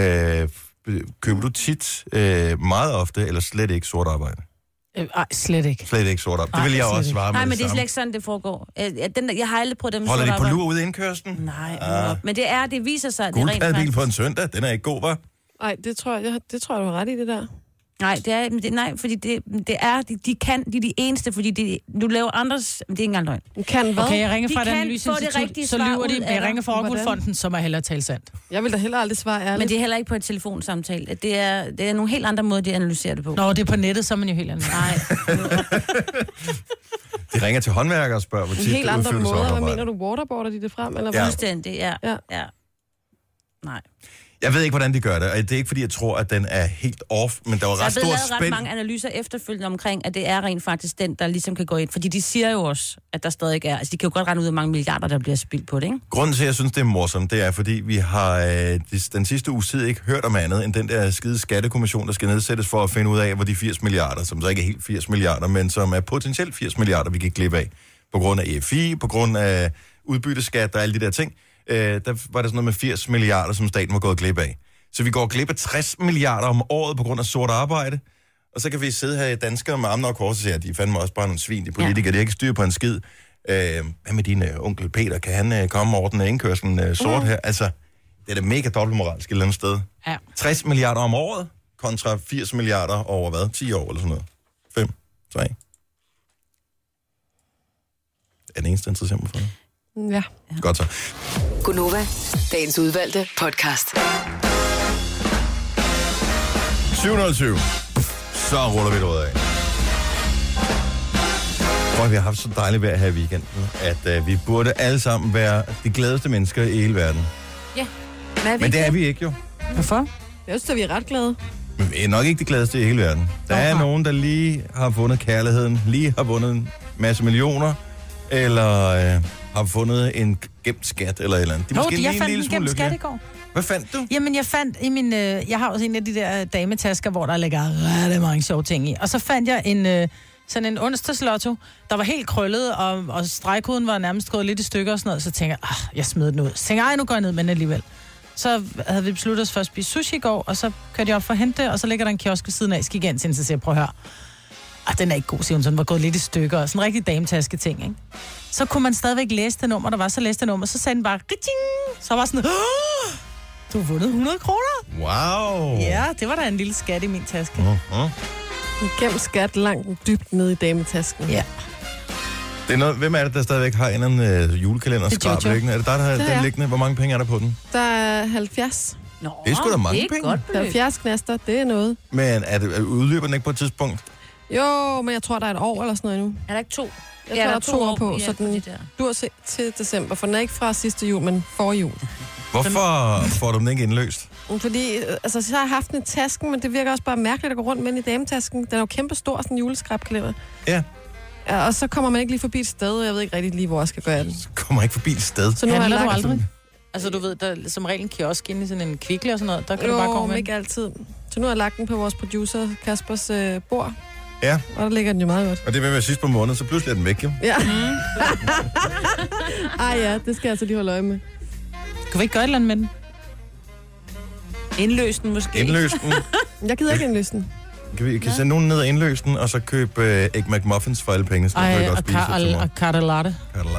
[SPEAKER 1] Køber du tit, meget ofte, eller slet ikke sort arbejde?
[SPEAKER 2] Nej, slet ikke.
[SPEAKER 1] Slet ikke sort arbejde. Det vil jeg også svare med.
[SPEAKER 3] Nej, men det er slet ikke sådan, det foregår. Jeg har aldrig prøvet dem.
[SPEAKER 1] Holder de på lur ude i indkørslen?
[SPEAKER 3] Nej, men det viser sig, at det
[SPEAKER 1] rent faktisk... på en søndag, den er ikke god, hva'?
[SPEAKER 4] Nej, det tror jeg, du har ret i det der.
[SPEAKER 3] Nej, fordi de er de eneste, fordi du laver andres, det er ikke engang løgn.
[SPEAKER 4] Kan hvad?
[SPEAKER 2] Okay, jeg ringer fra et analyseinstitut, så lyver de, men jeg ringer fra Rockwool-fonden, som er hellere tale sandt.
[SPEAKER 4] Jeg vil da heller aldrig svare ærligt.
[SPEAKER 3] Men det er heller ikke på et telefonsamtale. Det er nogle helt andre måder, de analyserer det på.
[SPEAKER 2] Nå, det er på nettet, så er man jo helt andet.
[SPEAKER 3] Nej.
[SPEAKER 1] De ringer til håndværkere og spørger, hvor tit
[SPEAKER 4] helt andre måder. Hvad mener du, waterboarder de det frem? Eller
[SPEAKER 3] fuldstændig, ja. Nej.
[SPEAKER 1] Jeg ved ikke, hvordan de gør det, og det er ikke, fordi jeg tror, at den er helt off, men der var ret stor spænd. Der er blevet lavet ret mange
[SPEAKER 3] analyser efterfølgende omkring, at det er rent faktisk den, der ligesom kan gå ind. Fordi de siger jo også, at der stadig er... Altså, de kan jo godt regne ud, hvor mange milliarder, der bliver spildt på det, ikke?
[SPEAKER 1] Grunden til, at jeg synes, det er morsomt, det er, fordi vi har den sidste uge tid ikke hørt om andet, end den der skide skattekommission, der skal nedsættes for at finde ud af, hvor de 80 milliarder, som så ikke er helt 80 milliarder, men som er potentielt 80 milliarder, vi kan glip af. På grund af EFI, på grund af udbytteskat og alle de der ting. Der var der sådan noget med 80 milliarder, som staten var gået glip af. Så vi går glip af 60 milliarder om året på grund af sort arbejde. Og så kan vi sidde her i danskere med armene og kors og sige, at de fandme også bare nogle svin, de politikere, de har ikke styr på en skid. Hvad med din onkel Peter? Kan han komme og ordne indkørslen sort her? Altså, det er da mega dobbeltmoralsk et eller andet sted. Ja. 60 milliarder om året kontra 80 milliarder over hvad? 10 år eller sådan noget? 5? 3? Er det eneste, der interesserer mig for det?
[SPEAKER 4] Ja.
[SPEAKER 1] Godt så.
[SPEAKER 5] Gunova, dagens udvalgte podcast.
[SPEAKER 1] 707. Så ruller vi det ud af. Vi har haft så dejligt vejr her i weekenden, at vi burde alle sammen være de gladeste mennesker i hele verden.
[SPEAKER 3] Ja.
[SPEAKER 1] Men det er vi ikke jo.
[SPEAKER 2] Hvorfor?
[SPEAKER 4] Jeg synes, at vi er ret glade.
[SPEAKER 1] Men vi er nok ikke de gladeste i hele verden. Der er nogen, der lige har fundet kærligheden, lige har vundet en masse millioner, eller har fundet en gemt skat eller et eller andet.
[SPEAKER 2] Jeg fandt en gemt skat i går.
[SPEAKER 1] Hvad fandt du?
[SPEAKER 2] Jamen, jeg fandt i min... jeg har også en af de der dametasker, hvor der ligger ret mange sjove ting i. Og så fandt jeg sådan en onsdagslotto, der var helt krøllet, og stregkoden var nærmest gået lidt i stykker og sådan noget. Så tænker jeg smid den ud. Så tænker nu går jeg ned, men alligevel. Så havde vi besluttet os for at spise sushi i går, og så kørte jeg op for at hente det, og så ligger der en kiosk ved siden af. Skal igen til, så siger jeg, prøv at høre. Den er ikke god, siger hun, så den var gået lidt i stykker. Sådan en rigtig dametaske ting, ikke? Så kunne man stadigvæk læse det nummer, der var, så læste det nummer, så sagde den bare, så var sådan, du har vundet 100 kroner.
[SPEAKER 1] Wow.
[SPEAKER 2] Ja, det var da en lille skat i min taske.
[SPEAKER 4] En gemt skat langt dybt ned i dametasken.
[SPEAKER 2] Ja.
[SPEAKER 1] Det er noget, hvem er det, der stadigvæk har en eller anden julekalender skrab liggende? Er det der har den liggende? Hvor mange penge er der på den?
[SPEAKER 4] Der er 70.
[SPEAKER 3] Nå,
[SPEAKER 1] det er sgu da mange penge.
[SPEAKER 3] Godt
[SPEAKER 4] 70 knaster, det er noget.
[SPEAKER 1] Men udløber den ikke på et tidspunkt?
[SPEAKER 4] Jo, men jeg tror, der er et år eller sådan noget endnu.
[SPEAKER 3] Er der ikke 2?
[SPEAKER 4] Jeg tror, der er 2 år på, så den dur til december, for den er ikke fra sidste jul, men for jul.
[SPEAKER 1] Hvorfor får du den ikke indløst?
[SPEAKER 4] Fordi, altså, så har jeg haft den i tasken, men det virker også bare mærkeligt at gå rundt med den i dametasken. Den er jo kæmpe stor, sådan en juleskrabkalender.
[SPEAKER 1] Ja.
[SPEAKER 4] Ja, og så kommer man ikke lige forbi et sted, og jeg ved ikke rigtig lige, hvor jeg skal gøre den.
[SPEAKER 1] Så kommer ikke forbi et sted.
[SPEAKER 4] Så nu har jeg
[SPEAKER 2] du
[SPEAKER 4] lagt
[SPEAKER 2] aldrig? Altså, du ved, der som regel en kiosk inde i sådan en kvikle og sådan noget. Der kan
[SPEAKER 4] jo,
[SPEAKER 2] du bare komme
[SPEAKER 4] ikke altid. Så nu har jeg lagt den på vores producer Kaspers bord.
[SPEAKER 1] Ja.
[SPEAKER 4] Og der ligger den jo meget godt.
[SPEAKER 1] Og det vil være sidst på måneden, så pludselig er den væk, jo.
[SPEAKER 4] Ja. Ja, det skal jeg altså lige holde øje med.
[SPEAKER 2] Kan vi ikke gøre et eller andet med den?
[SPEAKER 3] Indløse den måske.
[SPEAKER 1] Indløs den.
[SPEAKER 4] Jeg gider ikke indløse den.
[SPEAKER 1] Kan sende nogen ned og indløse den, og så købe Egg McMuffins for alle penge, så kan jeg godt spise det til
[SPEAKER 2] og cartalatte.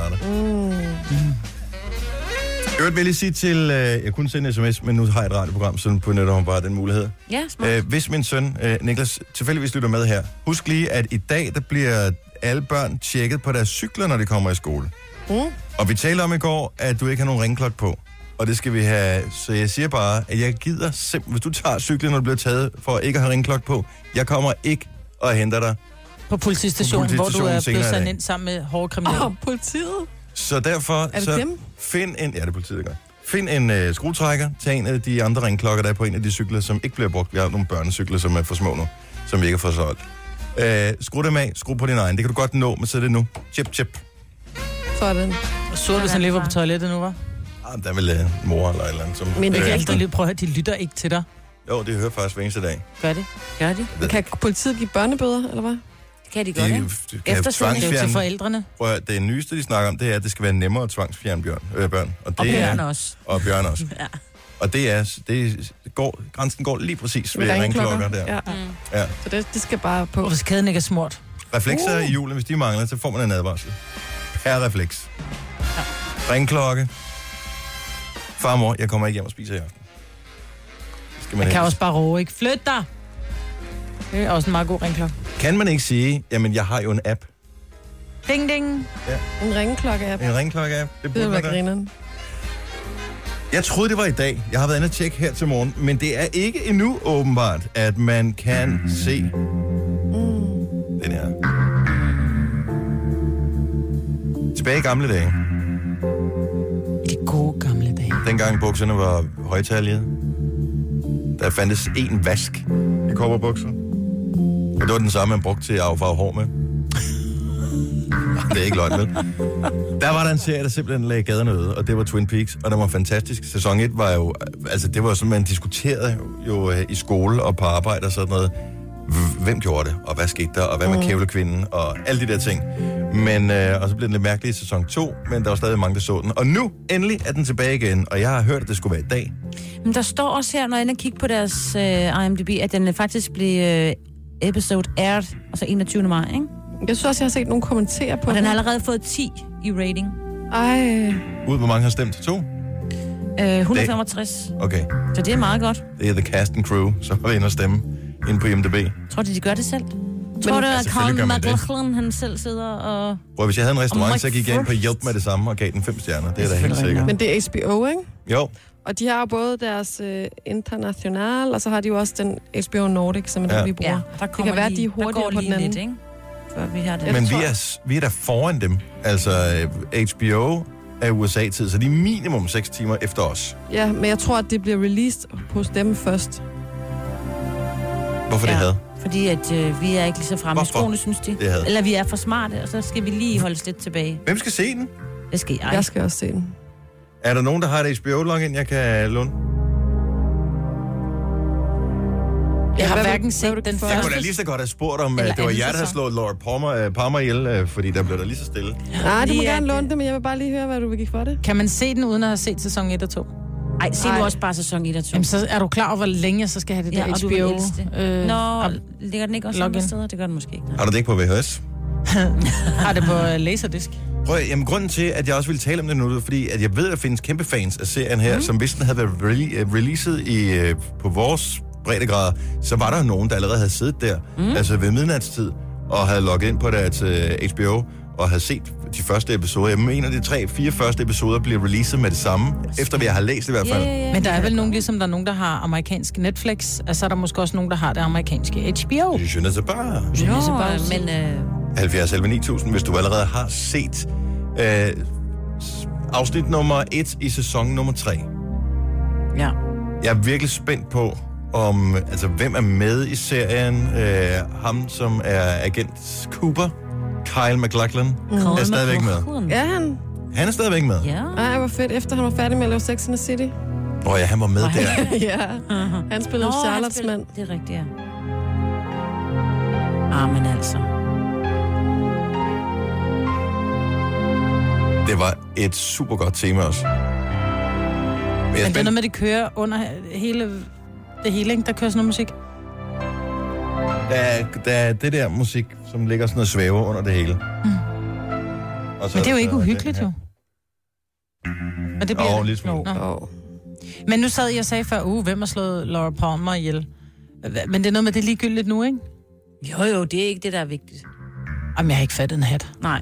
[SPEAKER 1] Jeg vil lige sige til, jeg kunne sende en sms, men nu har jeg et radioprogram, så benytter hun bare den mulighed.
[SPEAKER 3] Ja, smart.
[SPEAKER 1] Hvis min søn, Niklas, tilfældigvis lytter med her, husk lige, at i dag, der bliver alle børn tjekket på deres cykler, når de kommer i skole. Og vi talte om i går, at du ikke har nogen ringklokke på. Og det skal vi have. Så jeg siger bare, at jeg gider simpelthen, hvis du tager cyklen, når du bliver taget for ikke at have ringklokke på, jeg kommer ikke og henter dig.
[SPEAKER 2] På politistationen, hvor du er blevet sendt ind sammen med hårde kriminelle.
[SPEAKER 4] Politiet?
[SPEAKER 1] Så derfor,
[SPEAKER 4] er det dem?
[SPEAKER 1] Find en, ja, det er politiet, der gør. Find en skruetrækker, tag en af de andre ringklokker, der er på en af de cykler, som ikke bliver brugt. Vi har nogle børnecykler, som er for små nu, som vi ikke har fået solgt. Skru dem af, skru på din egen. Det kan du godt nå, men så er det nu. Chip, chip.
[SPEAKER 4] Sådan.
[SPEAKER 2] Så hvis han lever på toilettet nu, var?
[SPEAKER 1] Der er vel mor eller et eller andet. Som,
[SPEAKER 2] men det kan ikke lige prøve at de lytter ikke til dig.
[SPEAKER 1] Jo, det hører faktisk hver eneste dag.
[SPEAKER 3] Gør det?
[SPEAKER 4] Kan politiet give børnebøder, eller hvad?
[SPEAKER 3] Det kan de godt, ikke?
[SPEAKER 2] Eftersøgning det er til forældrene.
[SPEAKER 1] Prøv, det nyeste, de snakker om, det er, at det skal være nemmere at tvangsfjerne børn.
[SPEAKER 3] Og bjørn også.
[SPEAKER 1] Og bjørn også. Ja. Og grænsen går lige præcis ved ringklokker der.
[SPEAKER 4] Ja. Så det skal bare på.
[SPEAKER 2] Og hvis kæden ikke er smurt.
[SPEAKER 1] Reflekser i julen, hvis de mangler, så får man en advarsel. Per refleks. Ja. Ringklokke. Farmor, jeg kommer ikke hjem og spiser i aften.
[SPEAKER 2] Man kan også bare råbe, ikke? Flyt dig! Det er også en meget god ringklokke.
[SPEAKER 1] Kan man ikke sige, jamen jeg har jo en app.
[SPEAKER 2] Ding, ding.
[SPEAKER 1] Ja.
[SPEAKER 4] En ringklokke-app.
[SPEAKER 1] En ringklokke-app.
[SPEAKER 4] Det burde være grineren.
[SPEAKER 1] Jeg troede, det var i dag. Jeg har været inde og tjekke her til morgen. Men det er ikke endnu åbenbart, at man kan se den her. Tilbage i gamle dage.
[SPEAKER 2] De gode gamle dage.
[SPEAKER 1] Dengang bukserne var højtalige. Der fandtes en vask i kobberbukser. Og det var den samme, man brugte til at affarve hår med. Det er ikke løgn, vel? Der var der en serie, der simpelthen lagde gaderne øde, og det var Twin Peaks, og den var fantastisk. Sæson 1 var jo, altså det var sådan, man diskuterede jo i skole og på arbejde og sådan noget. Hvem gjorde det, og hvad skete der, og hvad med kævlekvinden, og alle de der ting. Men, og så blev den lidt mærkelig i sæson 2, men der var stadig mange, der så den. Og nu, endelig, er den tilbage igen, og jeg har hørt, at det skulle være i dag.
[SPEAKER 3] Men der står også her, når jeg kigger på deres IMDb, at den faktisk blev episode aired, altså 21. maj, ikke?
[SPEAKER 4] Jeg synes også, jeg har set nogle kommentarer på
[SPEAKER 3] og den har allerede fået 10 i rating.
[SPEAKER 4] Ej.
[SPEAKER 1] Ud, hvor mange har stemt til 2?
[SPEAKER 3] 165.
[SPEAKER 1] Okay.
[SPEAKER 3] Så det er meget godt.
[SPEAKER 1] Det er The Cast and Crew, så var vi inde og stemme inde på IMDb.
[SPEAKER 3] Tror de gør det selv? Tror du, at Carl McLachlan, han selv sidder og...
[SPEAKER 1] Prøv, hvis jeg havde en restaurant, så gik jeg ind på Hjælp med det samme og gav den 5 stjerner. Det er da helt sikkert.
[SPEAKER 4] Men det er HBO, ikke?
[SPEAKER 1] Jo.
[SPEAKER 4] Og de har både deres International, og så har de jo også den HBO Nordic, som er den, vi bruger.
[SPEAKER 3] Ja,
[SPEAKER 4] det kan være, de er hurtigere på den anden.
[SPEAKER 3] Lidt, ikke? Før vi har det.
[SPEAKER 1] Men vi er der foran dem. Altså, HBO er USA-tid, så de er minimum 6 timer efter os.
[SPEAKER 4] Ja, men jeg tror, at det bliver released hos dem først.
[SPEAKER 1] Hvorfor det havde?
[SPEAKER 3] Fordi at vi er ikke lige så fremme i skoene, synes de. Eller vi er for smarte, og så skal vi lige holde lidt tilbage.
[SPEAKER 1] Hvem skal se den?
[SPEAKER 3] Det skal jeg.
[SPEAKER 4] Jeg skal også se den.
[SPEAKER 1] Er der nogen, der har et HBO-login, jeg kan låne?
[SPEAKER 2] Jeg har hverken set den første.
[SPEAKER 1] Jeg kunne da lige så godt have spurgt om, det var jer, der havde slået Laura Palmer ihjel, fordi der blev der lige så stille.
[SPEAKER 4] Nej, du må gerne låne det, men jeg vil bare lige høre, hvad du vil give for det.
[SPEAKER 2] Kan man se den, uden at have set sæson 1 og 2?
[SPEAKER 3] Ej, se nu også bare sæson 1 og 2.
[SPEAKER 2] Jamen, så er du klar over, hvor længe jeg så skal have det der HBO?
[SPEAKER 3] Ligger den ikke også andre steder? Det gør den måske ikke.
[SPEAKER 1] Har du det ikke på VHS?
[SPEAKER 2] Har det på Laserdisc?
[SPEAKER 1] Prøv, jamen, grunden til, at jeg også ville tale om det nu, fordi at jeg ved, at der findes kæmpe fans af serien her, som hvis den havde været releaset på vores breddegrader, så var der nogen, der allerede havde siddet der, altså ved midnatstid, og havde logget ind på deres HBO, og havde set de første episoder. Jeg mener, de 3-4 første episoder bliver releaset med det samme, efter vi har læst det i hvert fald.
[SPEAKER 2] Yeah. Men der er vel nogen, ligesom der er nogen, der har amerikansk Netflix, og så er der måske også nogen, der har det amerikanske HBO.
[SPEAKER 1] Je ne sais pas.
[SPEAKER 3] Men
[SPEAKER 1] 70 11 9000, hvis du allerede har set afsnit nummer 1 i sæson nummer 3.
[SPEAKER 3] Ja.
[SPEAKER 1] Jeg er virkelig spændt på, om, altså, hvem er med i serien. Ham, som er agent Cooper, Kyle MacLachlan, er stadigvæk med.
[SPEAKER 4] Ja, han
[SPEAKER 1] er stadigvæk med.
[SPEAKER 3] Ja.
[SPEAKER 4] Ej, hvor fedt, efter han var færdig med at lave Sex and the City.
[SPEAKER 1] Ja, han var med der.
[SPEAKER 4] Ja, han spillede Charlottes mand.
[SPEAKER 3] Det er rigtigt, ja. Men altså.
[SPEAKER 1] Det var et super godt tema også.
[SPEAKER 2] Men det er noget med, at de kører under det hele, ikke? Der kører sådan noget musik.
[SPEAKER 1] Der er det der musik, som ligger sådan og svæver under det hele. Og så,
[SPEAKER 2] men det er jo ikke uhyggeligt, jo. Men det bliver
[SPEAKER 1] lidt små.
[SPEAKER 2] Men nu sad jeg og sagde før, hvem har slået Laura Palmer ihjel? Men det er noget med, det er ligegyldigt nu, ikke?
[SPEAKER 3] Jo, det er ikke det, der er vigtigt.
[SPEAKER 2] Jamen, jeg har ikke fattet en hat.
[SPEAKER 3] Nej.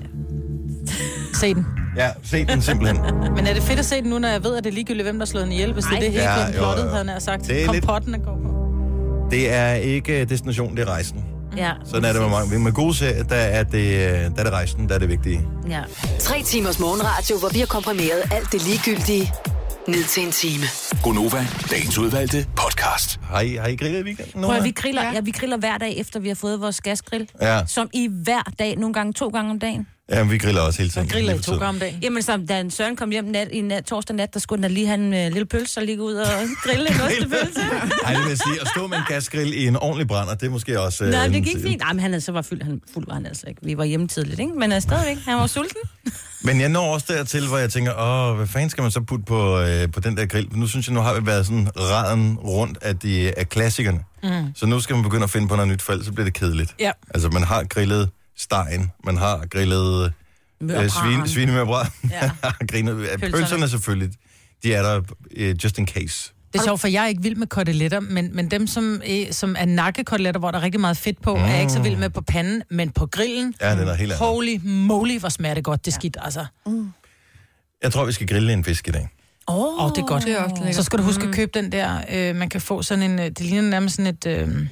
[SPEAKER 2] Se den.
[SPEAKER 1] Ja, se den simpelthen.
[SPEAKER 2] Men er det fedt at se den nu, når jeg ved, at det er ligegyldigt, hvem der slår den ihjel? Hvis det er det hele plottet, havde han sagt. Kompotten, der går på.
[SPEAKER 1] Det er ikke destinationen, det er rejsen.
[SPEAKER 3] Ja.
[SPEAKER 1] Sådan er det med mange. Med gode serier, der er det rejsen, der er det vigtige.
[SPEAKER 3] Ja.
[SPEAKER 5] 3 timers morgenradio, hvor vi har komprimeret alt det ligegyldige ned til en time.
[SPEAKER 6] Gonova, dagens udvalgte podcast.
[SPEAKER 1] Har I grillet i weekenden?
[SPEAKER 3] Prøv, vi griller hver dag, efter vi har fået vores gasgrill.
[SPEAKER 1] Ja.
[SPEAKER 3] Som i hver dag, nogle gange 2 gange om dagen.
[SPEAKER 1] Ja, vi griller også hele tiden.
[SPEAKER 2] Vi griller 2 gange om dagen.
[SPEAKER 3] Jamen, så da en Søren kom hjem torsdag nat, der skulle han lige have en lille pølse og ligge ud og grille en ostepølse.
[SPEAKER 1] Ej, det vil jeg sige, at stå med en gasgrill i en ordentlig brænder, det er måske også...
[SPEAKER 3] Nej, det gik fint. Nej, men han så var fuld var han altså ikke. Vi var hjemme tidligt, ikke? Men stadigvæk, han var sulten. Men
[SPEAKER 1] jeg når også dertil, hvor jeg tænker, hvad fanden skal man så putte på den der grill? Nu synes jeg, nu har vi været sådan raden rundt af klassikerne. Så nu skal man begynde at finde på noget nyt, for ellers så bliver det kedeligt.
[SPEAKER 2] Ja.
[SPEAKER 1] Altså, man har grillet stegen, man har grillet svinemørbrad, ja. Pølserne selvfølgelig, de er der just in case.
[SPEAKER 2] Det er sjovt, for jeg er ikke vild med koteletter, men dem, som er nakkekoteletter, hvor der er rigtig meget fedt på, er jeg ikke så vild med på panden, men på grillen,
[SPEAKER 1] ja, det er helt
[SPEAKER 2] holy moly, hvor smager det godt, det skidt, altså.
[SPEAKER 1] Jeg tror, vi skal grille en fisk i dag.
[SPEAKER 2] Det er godt. Det er så skal du huske at købe den der, man kan få sådan en, det ligner nærmest sådan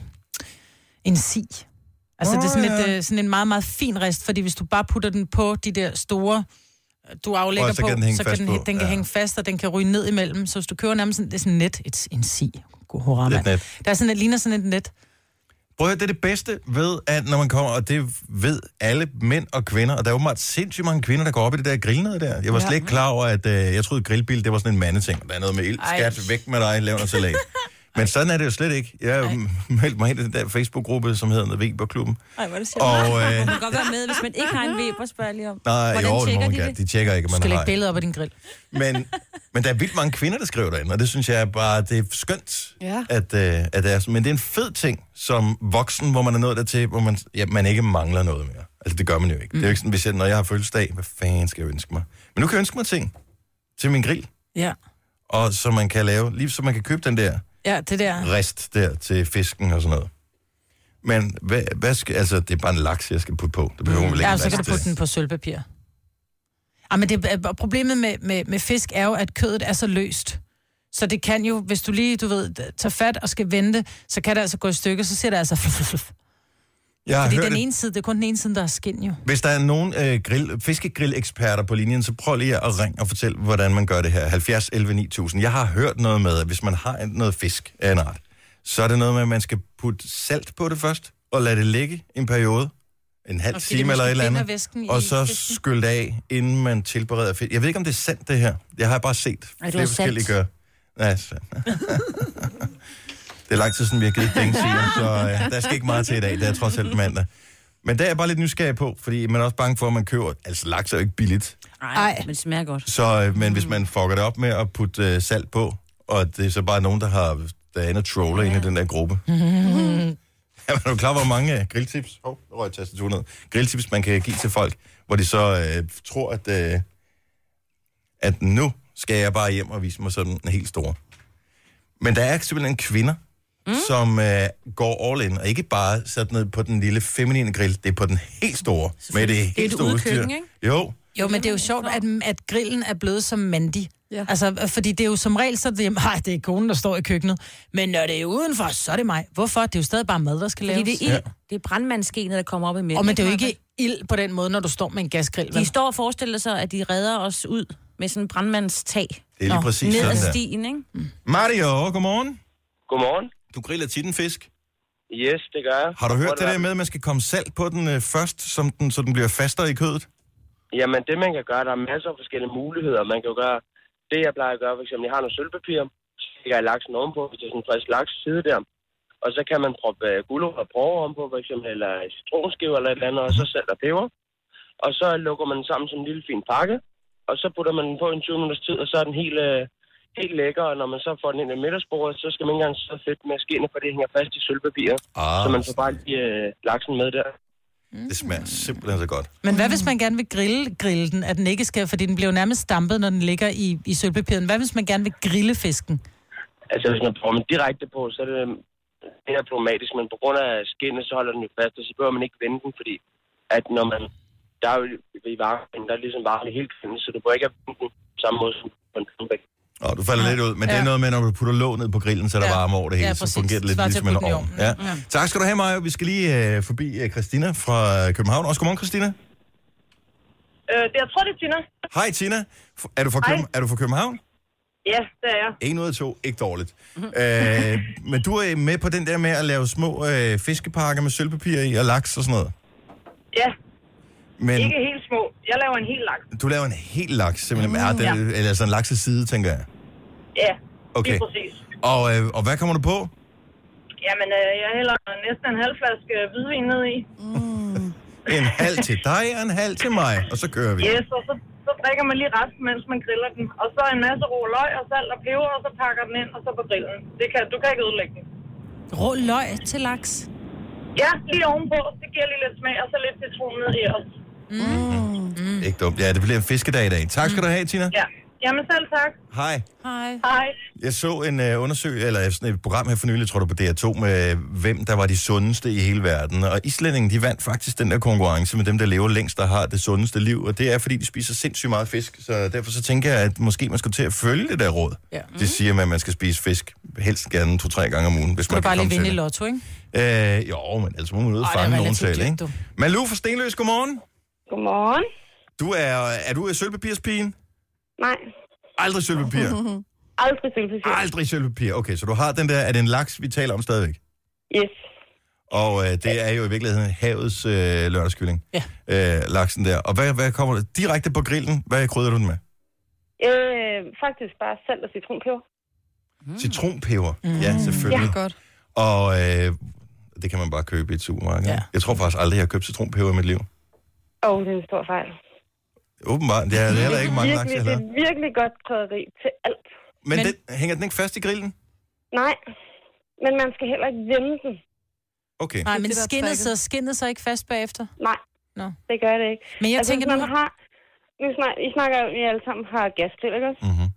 [SPEAKER 2] en si. Altså det er sådan en meget, meget fin rist, fordi hvis du bare putter den på de der store, du aflægger på, så kan den kan hænge fast, og den kan ryge ned imellem. Så hvis du køber nærmest sådan, det er sådan net, en si. God hurra, mand. Der er sådan et, ligner sådan et net.
[SPEAKER 1] Prøv at høre, det er det bedste ved, at når man kommer, og det ved alle mænd og kvinder, og der er jo meget sindssygt mange kvinder, der går op i det der grillnede der. Jeg var slet ikke klar over, at jeg troede, grillbil, det var sådan en mandeting. Der er noget med ild, skat, væk med dig, lav noget salat. Men sådan er det jo slet ikke. Jeg meldte mig ind i den der Facebook-gruppe, som hedder Weberklubben.
[SPEAKER 3] Ej, hvor er det sjovt. Man kan godt være med, hvis man ikke har en Weber, spørger lige om.
[SPEAKER 1] Nej, de tjekker ikke, man har.
[SPEAKER 2] Du skal lægge billeder op af din grill.
[SPEAKER 1] Men der er vildt mange kvinder, der skriver derinde, og det synes jeg bare, det er skønt, at det er sådan. Men det er en fed ting som voksen, hvor man er nået dertil, hvor man ikke mangler noget mere. Altså, det gør man jo ikke. Det er jo ikke sådan, hvis når jeg har fødselsdag, hvad fanden skal jeg ønske mig? Men nu kan jeg ønske mig ting til min grill.
[SPEAKER 2] Ja.
[SPEAKER 1] Og så man kan lave, lige så man kan købe den der
[SPEAKER 2] det der
[SPEAKER 1] rest der til fisken og sådan noget. Men hvad skal, altså, det er bare en laks, jeg skal putte på. Det behøver man ikke.
[SPEAKER 2] Ja, så kan du putte den på sølvpapir. Men problemet med fisk er jo, at kødet er så løst. Så det kan jo, hvis du lige, tager fat og skal vente, så kan det altså gå i stykker, så ser det altså fordi den ene side, det er kun den ene side, der er skin jo.
[SPEAKER 1] Hvis der er nogen fiskegrill-eksperter på linjen, så prøv lige at ringe og fortælle, hvordan man gør det her. 70 11 9000. Jeg har hørt noget med, at hvis man har noget fisk af en art, så er det noget med, at man skal putte salt på det først, og lade det ligge en periode, en halv time eller et eller andet, og så skylle det af, inden man tilbereder fisk. Jeg ved ikke, om det er sandt, det her. Jeg har bare set flere forskellige gøre. Nej, det er lang tid siden, vi har givet penge, så der skal ikke meget til i dag. Det er trods alt mandag. Men der er jeg bare lidt nysgerrig på, fordi man er også bange for, at man køber... Altså, laks er jo ikke billigt.
[SPEAKER 3] Nej, men det smager godt.
[SPEAKER 1] Så, men hvis man fucker det op med at putte salt på, og det er så bare nogen, der er inde og troller inde i den der gruppe. Er du klar, hvor mange grilltips... nu røg jeg tastaturet ned. Grilltips, man kan give til folk, hvor de så tror, at nu skal jeg bare hjem og vise mig sådan en helt stor. Men der er simpelthen kvinder, som går all in, og ikke bare sat ned på den lille feminine grill, det er på den helt store, med det helt store udstyr. Ikke? Jo,
[SPEAKER 2] men det er jo sjovt, at grillen er blevet som mandig. Ja. Altså, fordi det er jo som regel, så det er konen, der står i køkkenet. Men når det er udenfor, så er det mig. Hvorfor? Det er jo stadig bare mad, der skal laves.
[SPEAKER 3] Fordi det er ild. Det er brandmandsgenet, der kommer op i midten.
[SPEAKER 2] Men det er jo ikke ild på den måde, når du står med en gasgrill.
[SPEAKER 3] De står og forestiller sig, at de redder os ud. med sådan en brandmandstag.
[SPEAKER 1] Det er lige præcis
[SPEAKER 3] ned
[SPEAKER 1] sådan
[SPEAKER 3] ad
[SPEAKER 1] der.
[SPEAKER 3] stien, ikke?
[SPEAKER 1] Mario, godmorgen.
[SPEAKER 8] Godmorgen.
[SPEAKER 1] Du griller tit en fisk.
[SPEAKER 8] Yes, det gør jeg.
[SPEAKER 1] Har du hørt det der med, at man skal komme salt på den først, så den bliver fastere i kødet?
[SPEAKER 8] Jamen, det man kan gøre, der er masser af forskellige muligheder. Man kan jo gøre det, jeg plejer at gøre. For eksempel, jeg har noget sølvpapir, så lægger jeg laksen ovenpå, hvis det er sådan en frisk laks side der. Og så kan man proppe gulerod og broer ovenpå, for eksempel, eller citronskiver eller et eller andet, og så salt og peber. Og så lukker man den sammen som en lille fin pakke, og så putter man den på en 20 minutters tid, og så er den helt lækker, og når man så får den ind i middagsbordet, så skal man ikke engang så fedt med skinne, for det hænger fast i sølvpapiret. Så man får bare lige laksen med der.
[SPEAKER 1] Det smager simpelthen så godt.
[SPEAKER 2] Men hvad hvis man gerne vil grille den, at den ikke skal, fordi den bliver jo nærmest stampet, når den ligger i sølvpapiret. Hvad hvis man gerne vil grille fisken?
[SPEAKER 8] Altså, hvis man prøver den direkte på, så er det mere problematisk, men på grund af skinnet, så holder den jo fast, og så behøver man ikke vende den, fordi at når man, der er jo i varmen, der er ligesom varme helt kvindet, så du bør ikke have vende den på samme måde som på en pindbæk.
[SPEAKER 1] Du falder lidt ud, men det er noget med, når du putter låg ned på grillen, så er der varme over det hele, så fungerer det lidt ligesom en ovn. Ja. Tak skal du have, Maja. Vi skal lige forbi Christina fra København. Også godmorgen, Christina.
[SPEAKER 9] Jeg tror, det er Tina.
[SPEAKER 1] Hej, Tina. Er du fra København?
[SPEAKER 9] Ja, det er jeg.
[SPEAKER 1] 1 ud af 2, ikke dårligt. Men du er med på den der med at lave små fiskepakker med sølvpapir i og laks og sådan noget?
[SPEAKER 9] Ja.
[SPEAKER 1] Men
[SPEAKER 9] ikke helt små. Jeg laver en hel laks.
[SPEAKER 1] Du laver en hel laks, simpelthen. Eller sådan en lakseside, tænker jeg.
[SPEAKER 9] Ja,
[SPEAKER 1] okay.
[SPEAKER 9] Lige præcis.
[SPEAKER 1] Og hvad kommer du på?
[SPEAKER 9] Jamen, jeg hælder næsten en halv flaske hvidvin ned i.
[SPEAKER 1] En halv til dig og en halv til mig, og så kører vi.
[SPEAKER 9] Yes, og så drikker man lige resten, mens man griller den. Og så en masse rå løg og salt og peber, og så pakker den ind, og så på grillen. Du kan ikke ødelægge den.
[SPEAKER 2] Rå løg til laks?
[SPEAKER 9] Ja, lige ovenpå. Det giver lige lidt smag, og så lidt citron ned i os.
[SPEAKER 1] Ikke dumt. Ja, det bliver en fiskedag i dag. Tak skal du have, Tina.
[SPEAKER 9] Ja. Jamen selv tak.
[SPEAKER 1] Hej.
[SPEAKER 9] Hej.
[SPEAKER 1] Jeg så en undersøgelse, eller sådan et program her for nylig, tror du, på DR2, med hvem der var de sundeste i hele verden. Og islændingen, de vandt faktisk den der konkurrence med dem, der lever længst og har det sundeste liv. Og det er, fordi de spiser sindssygt meget fisk. Så derfor så tænker jeg, at måske man skulle til at følge det der råd. Ja. Det siger at man skal spise fisk helst gerne 2-3 gange om ugen, hvis man kan komme til det.
[SPEAKER 2] Du bare lige vinde i lotto, ikke?
[SPEAKER 1] Jo, men ellers må man ud og fange nogen selv, ikke? Malou fra Stenløs, godmorgen.
[SPEAKER 9] Godmorgen.
[SPEAKER 1] Er du sølvpapirspigen?
[SPEAKER 9] Nej.
[SPEAKER 1] Aldrig sølvpapir?
[SPEAKER 9] Aldrig sølvpapir.
[SPEAKER 1] Aldrig sølvpapir. Okay, så du har den der, er det en laks, vi taler om stadigvæk?
[SPEAKER 9] Yes.
[SPEAKER 1] Og det er jo i virkeligheden havets lørdagskylling. Ja. Laksen der. Og hvad kommer det? Direkte på grillen, hvad krydder du den med?
[SPEAKER 9] Faktisk bare salt og citronpeber.
[SPEAKER 1] Citronpeber? Ja, selvfølgelig.
[SPEAKER 4] Ja, godt.
[SPEAKER 1] Og det kan man bare købe i et supermarked. Ja. Jeg tror faktisk aldrig, jeg har købt citronpeber i mit liv.
[SPEAKER 9] Det er en stor fejl.
[SPEAKER 1] Åbenbart. Det er heller ikke mange laks, jeg har.
[SPEAKER 9] Det er virkelig godt krydderi til alt.
[SPEAKER 1] Men hænger den ikke fast i grillen?
[SPEAKER 9] Nej, men man skal heller ikke vende den.
[SPEAKER 1] Okay.
[SPEAKER 2] Nej, men skinnet så ikke fast bagefter?
[SPEAKER 9] Nej, det gør det ikke.
[SPEAKER 2] Men jeg tænker,
[SPEAKER 9] man har... I snakker jo, I alle sammen har gasgrill, ikke også?
[SPEAKER 1] Mm-hmm.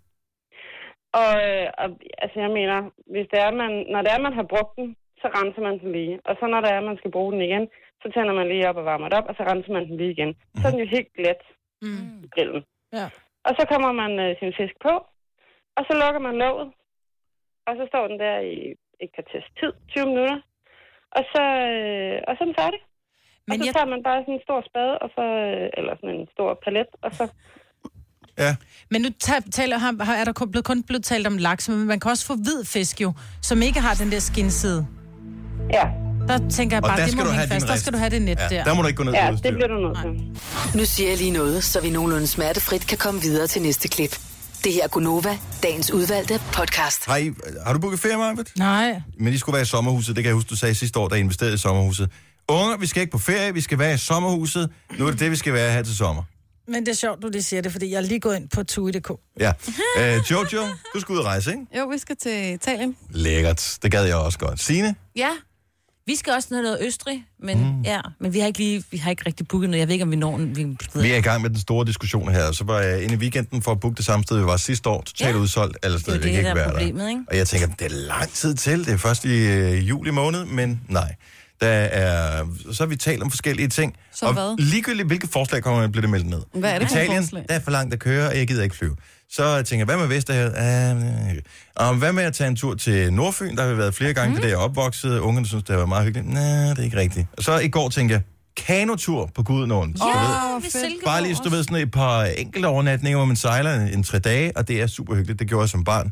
[SPEAKER 9] Og altså, jeg mener, hvis det er, når det er, man har brugt den, så renser man den lige. Og så når det er, man skal bruge den igen, så tænder man lige op og varmer det op, og så renser man den lige igen. Så er den jo helt glat i grillen. Ja. Og så kommer man sin fisk på, og så lukker man låget, og så står den der i et kvarters tid, 20 minutter, og så er den færdig. Men og så tager man bare sådan en stor spade, og så, eller sådan en stor palet, og så...
[SPEAKER 1] Ja.
[SPEAKER 2] Men nu er der kun blevet talt om laks, men man kan også få hvid fisk jo, som ikke har den der skinside.
[SPEAKER 9] Ja.
[SPEAKER 2] Der tænker jeg bare, det må hænge fast. Der skal du have det net der.
[SPEAKER 1] Der må du ikke gå ned
[SPEAKER 9] og udstyre. Det bliver du nødt til.
[SPEAKER 5] Nu siger jeg lige noget, så vi nogenlunde smertefrit kan komme videre til næste klip. Det her er Gunova, dagens udvalgte podcast.
[SPEAKER 1] Har du booket ferie, Marvitt?
[SPEAKER 2] Nej.
[SPEAKER 1] Men I skulle være i sommerhuset. Det kan jeg huske, du sagde sidste år, da I investerede i sommerhuset. Unger, vi skal ikke på ferie, vi skal være i sommerhuset. Nu er det, vi skal være her til sommer.
[SPEAKER 2] Men det er sjovt, du lige siger det, fordi jeg er lige gået ind på TUI.dk.
[SPEAKER 1] Ja. Jojo, du skal ud og rejse, ikke?
[SPEAKER 4] Jo, vi skal til Italien.
[SPEAKER 1] Lækkert. Det gad jeg også godt. Signe?
[SPEAKER 3] Ja. Vi skal også noget Østrig, men men vi har ikke rigtig booket noget. Jeg ved ikke, om vi når den.
[SPEAKER 1] Vi er i gang med den store diskussion her. Så var jeg inde i weekenden for at booke det samme sted, vi var sidste år. Totalt udsolgt. Eller sted,
[SPEAKER 3] det er det, der er problemet, ikke?
[SPEAKER 1] Og jeg tænker, det er lang tid til. Det er først i juli måned, men nej. Så har vi talt om forskellige ting.
[SPEAKER 4] Som hvad?
[SPEAKER 1] Ligegyldigt, hvilke forslag kommer man, bliver det meldt ned.
[SPEAKER 4] Hvad er det
[SPEAKER 1] Italien,
[SPEAKER 4] for forslag?
[SPEAKER 1] der er for langt at køre, og jeg gider ikke flyve. Så tænker jeg, hvad med Vesterhavet? Og hvad med at tage en tur til Nordfyn? Der har vi været flere gange, det der jeg er opvokset. Ungerne synes, det var meget hyggeligt. Nej, det er ikke rigtigt. Og så i går tænkte jeg, kanotur på Gudenåen.
[SPEAKER 3] Fedt.
[SPEAKER 1] Bare lige, du ved, sådan et par enkelte overnatninger, hvor man sejler en 3 dage, og det er super hyggeligt. Det gjorde jeg som barn.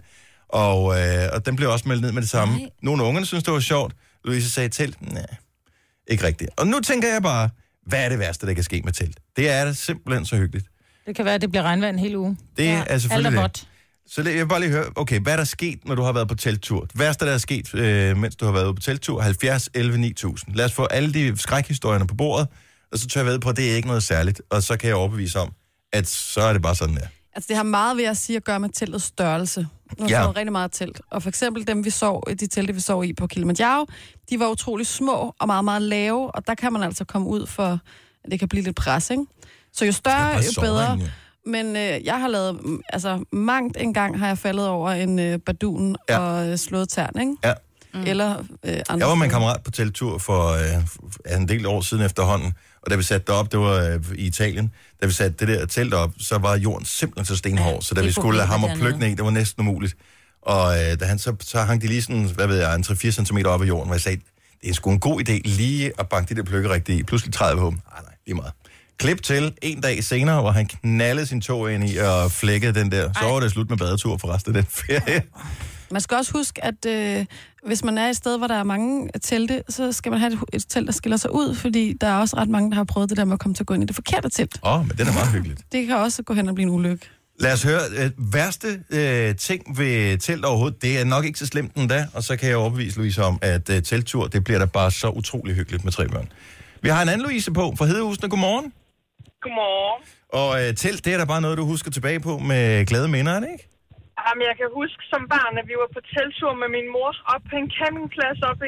[SPEAKER 1] Og den blev også meldt ned med det samme. Nogle af ungerne synes, det var sjovt. Louise sagde telt. Nej, ikke rigtigt. Og nu tænker jeg bare, hvad er det værste, der kan ske med telt? Det er det simpelthen så hyggeligt.
[SPEAKER 2] Det kan være, at det bliver regnvejr en hel uge.
[SPEAKER 1] Det er selvfølgelig
[SPEAKER 2] alt er
[SPEAKER 1] det. Så jeg vil bare lige høre, okay, hvad er der sket, når du har været på telttur? Det værste, der er sket, mens du har været på telttur, 70, 11, 9000. Lad os få alle de skrækhistorierne på bordet, og så tør jeg ved på, at det er ikke noget særligt, og så kan jeg overbevise om, at så er det bare sådan der.
[SPEAKER 4] Altså, det har meget ved at sige at gøre med teltets størrelse. Nu har fået rigtig meget telt. Og for eksempel de telte, vi sov i på Kilimanjaro, de var utrolig små og meget, meget lave, og der kan man altså komme ud for, at det kan blive lidt pres, ikke? Så jo større, jo bedre. Men jeg har lavet, altså mangt en gang har jeg faldet over en bardun og slået tern, ikke?
[SPEAKER 1] Ja.
[SPEAKER 4] Eller andre.
[SPEAKER 1] Jeg var med en kammerat på telttur for en del år siden efterhånden, og da vi satte det op, det var i Italien, da vi satte det der telt op, så var jorden simpelthen så stenhård, så da vi skulle lade ham og plukke ned, det var næsten umuligt. Og da han så hang de lige sådan, hvad ved jeg, 3-4 cm op af jorden, hvor jeg sagde, det er sgu en god idé lige at banke de der pløkker rigtigt i. Pludselig 30 på dem. Nej, lige meget. Klip til en dag senere, hvor han knaldede sin tog ind i og flækkede den der. Så var det slut med badetur for resten af den ferie.
[SPEAKER 4] Man skal også huske, at hvis man er et sted, hvor der er mange telte, så skal man have et telt, der skiller sig ud, fordi der er også ret mange, der har prøvet det der med at komme til at gå ind i det forkerte telt.
[SPEAKER 1] Men det er meget hyggeligt.
[SPEAKER 4] Det kan også gå hen og blive en ulykke.
[SPEAKER 1] Lad os høre. Værste ting ved telt overhovedet, det er nok ikke så slemt endda, og så kan jeg overbevise Louise om, at telttur, det bliver da bare så utrolig hyggeligt med 3 børn. Vi har en anden Louise på fra Hedehusene. Godmorgen.
[SPEAKER 10] Godmorgen.
[SPEAKER 1] Og telt, det er da bare noget, du husker tilbage på med glade minder, er det ikke?
[SPEAKER 10] Jamen, jeg kan huske som barn, at vi var på telttur med min mor op på en campingplads op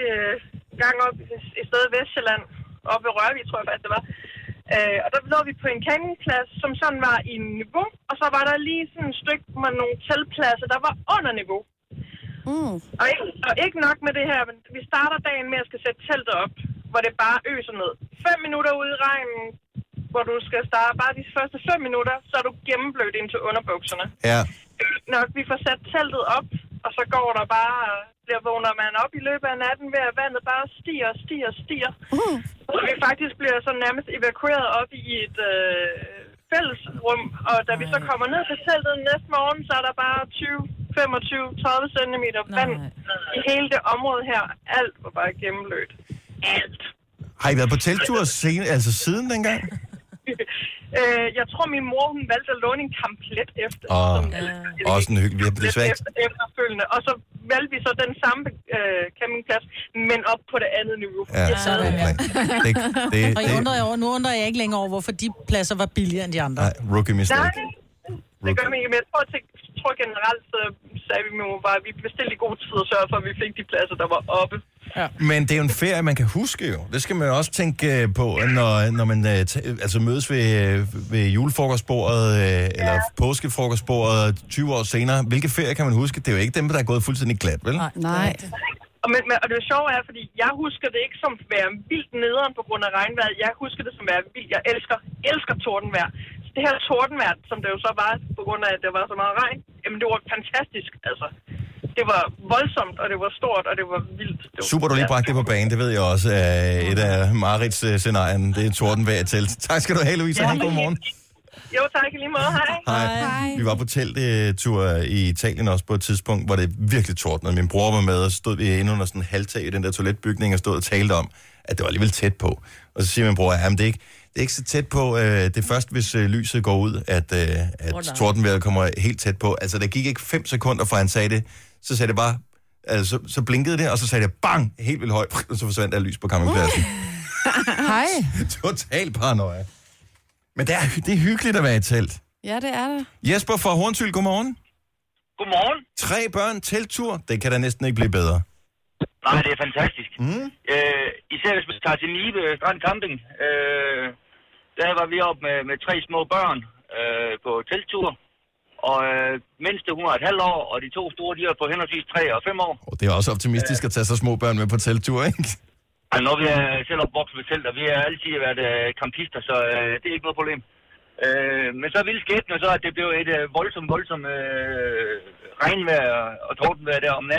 [SPEAKER 10] i stedet Vestjylland, oppe ved Rørvig, tror jeg faktisk det var. Og der lå vi på en campingplads, som sådan var i niveau, og så var der lige sådan et stykke med nogle teltpladser, der var under niveau. Og ikke nok med det her, men vi starter dagen med at skal sætte teltet op, hvor det bare øser ned. 5 minutter ude i regnen, hvor du skal starte bare de første 5 minutter, så er du gennemblødt ind til underbukserne.
[SPEAKER 1] Ja.
[SPEAKER 10] Nok, vi får sat teltet op, og så går der bare, vågner man op i løbet af natten ved, at vandet bare stiger. Så vi faktisk bliver så nærmest evakueret op i et fællesrum, og da vi så kommer ned til teltet næste morgen, så er der bare 20, 25, 30 cm vand i hele det område her. Alt var bare gennemblødt. Alt.
[SPEAKER 1] Har I været på telttur siden dengang?
[SPEAKER 10] Jeg tror, min mor, hun valgte at låne en kamplet efter.
[SPEAKER 1] Også en hyggelig.
[SPEAKER 10] Efterfølgende. Og så valgte vi så den samme campingplads, men op på det andet niveau.
[SPEAKER 1] Ja,
[SPEAKER 2] og nu undrer jeg ikke længere over, hvorfor de pladser var billigere end de andre.
[SPEAKER 1] Nej, rookie mistake.
[SPEAKER 10] Nej, det gør man ikke. Men jeg tror generelt, så sagde vi med mig bare, at vi bestilte i god tid og sørgede for, at vi fik de pladser, der var oppe.
[SPEAKER 1] Ja. Men det er jo en ferie, man kan huske jo. Det skal man jo også tænke på, når man mødes ved julefrokostbordet eller påskefrokostbordet 20 år senere. Hvilke ferie kan man huske? Det er jo ikke dem, der er gået fuldstændig glat, vel?
[SPEAKER 4] Nej.
[SPEAKER 10] Og det sjove er, fordi jeg husker det ikke som at være vildt nederen på grund af regnvejret. Jeg husker det som at være vildt. Jeg elsker tordenvejr. Så det her tordenvejr, som det jo så var på grund af, at det var så meget regn, jamen det var fantastisk, altså. Det var voldsomt, og det var stort, og det var vildt. Det var
[SPEAKER 1] super, du lige bragte det på banen. Det ved jeg også er et af Marits scenarien. Det er tordenvejr til. Tak skal du have, Louise. Ha' en god morgen.
[SPEAKER 10] Jo, tak i lige måde. Hej.
[SPEAKER 1] Vi var på telttur i Italien også på et tidspunkt, hvor det virkelig tordnede. Min bror var med, og så stod vi inde under sådan en halvtag i den der toiletbygning og stod og talte om, at det var alligevel tæt på. Og så siger min bror, at det er ikke så tæt på. Det er først, hvis lyset går ud, at tordenvejret kommer helt tæt på. Altså, der gik ikke 5 sekunder, fra han sagde det. Så sagde det bare, altså, så blinkede det, og så sagde det bang, helt vildt højt, og så forsvandt der lys på campingpladsen.
[SPEAKER 2] Hej.
[SPEAKER 1] Total paranoia. Men det er hyggeligt at være i telt.
[SPEAKER 4] Ja, det er det.
[SPEAKER 1] Jesper fra Hornsyld, godmorgen.
[SPEAKER 11] Godmorgen.
[SPEAKER 1] 3 børn, telttur, det kan da næsten ikke blive bedre.
[SPEAKER 11] Nej, det er fantastisk. Især hvis man tager til Nibe Strand Camping. Der var vi op med 3 små børn på telttur. Og mindste, hun var et halvt år, og de 2 store, de var på henholdsvis 3 og 5 år.
[SPEAKER 1] Det er også optimistisk at tage så små børn med på telttur, ikke?
[SPEAKER 11] Altså, når vi er selv opvokset med telt, og vi har altid været campister, så det er ikke noget problem. Men så ville skæbnen så, at det blev et voldsomt regnvejr og tordenvejr der om natten.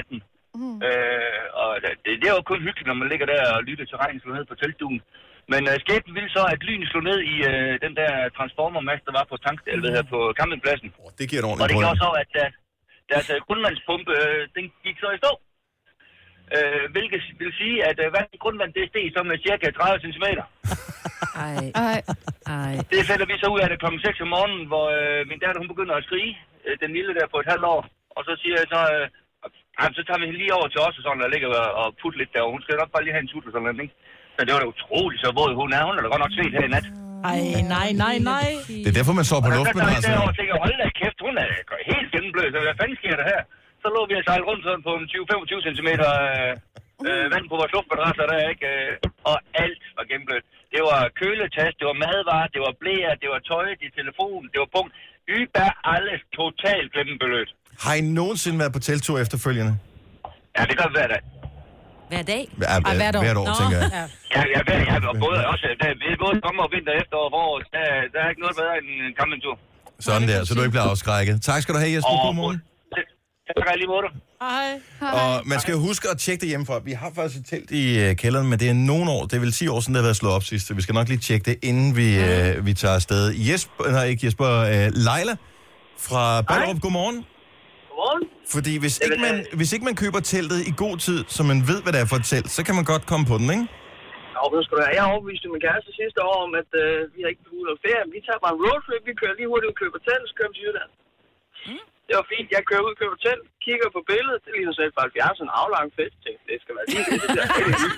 [SPEAKER 11] Og det er jo kun hyggeligt, når man ligger der og lytter til regnen slå ned på teltduen. Men skæbnen ville så, at lynet slog ned i den der transformermast, der var på på campingpladsen.
[SPEAKER 1] Det giver et ordentligt.
[SPEAKER 11] Og det gjorde så, at deres grundvandspumpe, den gik så i stå. Hvilket vil sige, at grundvand det steg så med cirka 30 cm.
[SPEAKER 3] Ej.
[SPEAKER 11] Det finder vi så ud af det kl. 6 om morgenen, hvor min datter hun begynder at skrige, den lille der på et halvt år. Og så siger jeg så, så tager vi hende lige over til os og sådan, der ligger og putte lidt der. Hun skal nok bare lige have en sut og sådan noget, ikke? Så det var da utroligt, så våd hun er. Hun er da godt nok set her i nat.
[SPEAKER 2] Ej, nej.
[SPEAKER 1] Det er derfor, man sover på luftmadrassen.
[SPEAKER 11] Og så derovre og tænker, hold da kæft, hun er helt gennemblød. Så hvad fanden sker der her? Så lå vi at sejle rundt sådan på 20-25 cm vand på vores luftmadrasser der, ikke? Og alt var gennemblødt. Det var køletast, det var madvarer, det var blæer, det var tøj, det var telefon, det var punkt. Yber alles totalt gennemblødt.
[SPEAKER 1] Har I nogensinde været på telttur efterfølgende?
[SPEAKER 11] Ja, det gør vi hver dag.
[SPEAKER 3] Hver dag?
[SPEAKER 1] Hvert år, tænker jeg.
[SPEAKER 11] Ja, og både sommer og vinter, efterår og forår, der er ikke noget bedre end en campingtur.
[SPEAKER 1] Sådan der, så du ikke bliver afskrækket. Tak skal du have, Jesper. God morgen.
[SPEAKER 11] Tak lige måde.
[SPEAKER 2] Hej.
[SPEAKER 1] Og man skal jo huske at tjekke det hjemmefra. Vi har faktisk et telt i kælderen, men det er nogle år. Det er vel 10 år siden, det har været slået op sidst. Så vi skal nok lige tjekke det, inden vi tager afsted. Leila fra Ballerup, godmorgen.
[SPEAKER 12] Godmorgen.
[SPEAKER 1] Fordi hvis ikke man køber teltet i god tid, så man ved, hvad det er for et telt, så kan man godt komme på den, ikke?
[SPEAKER 12] Jeg har overbevist min kæreste sidste år om, at vi har ikke behov for ferie. Vi tager bare en roadtrip, vi kører lige hurtigt og køber telt, så kører vi til Jylland. Det var fint. Jeg kører ud, køber telt, kigger på billedet. Det ligner selv bare 70, en aflang fest. Det skal være lige det der.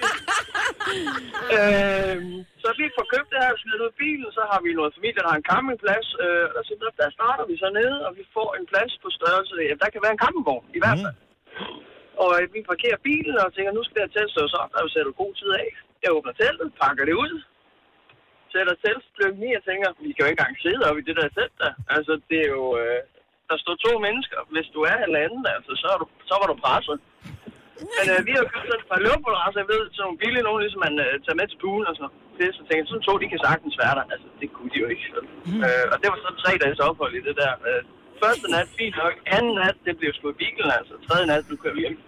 [SPEAKER 12] Så vi får købt det her, smidt ud i bilen, så har vi noget familie, der har en campingplads. Og så der starter vi så nede, og vi får en plads på størrelse. Ja, der kan være en campingvogn, i hvert fald. Og vi parkerer bilen og tænker, nu skal det her telt stå op, der sætter god tid af. Jeg åbner teltet, pakker det ud, sætter teltstykken i og tænker, vi kan jo ikke engang sidde op i det der telt der. Altså, det er jo... Der står 2 mennesker. Hvis du er halvanden, altså, så var du presset. Men vi har købt sådan et par luftmadrasser, jeg ved, sådan nogle billige nogen, ligesom man tager med til buen og sådan noget. Så tænker jeg, sådan 2, de kan sagtens være der. Altså, det kunne de jo ikke. Og det var så 3 dages ophold i det der. Første nat, fint nok. Anden nat, det blev sgu i bilen, altså. Tredje nat, du kører hjem.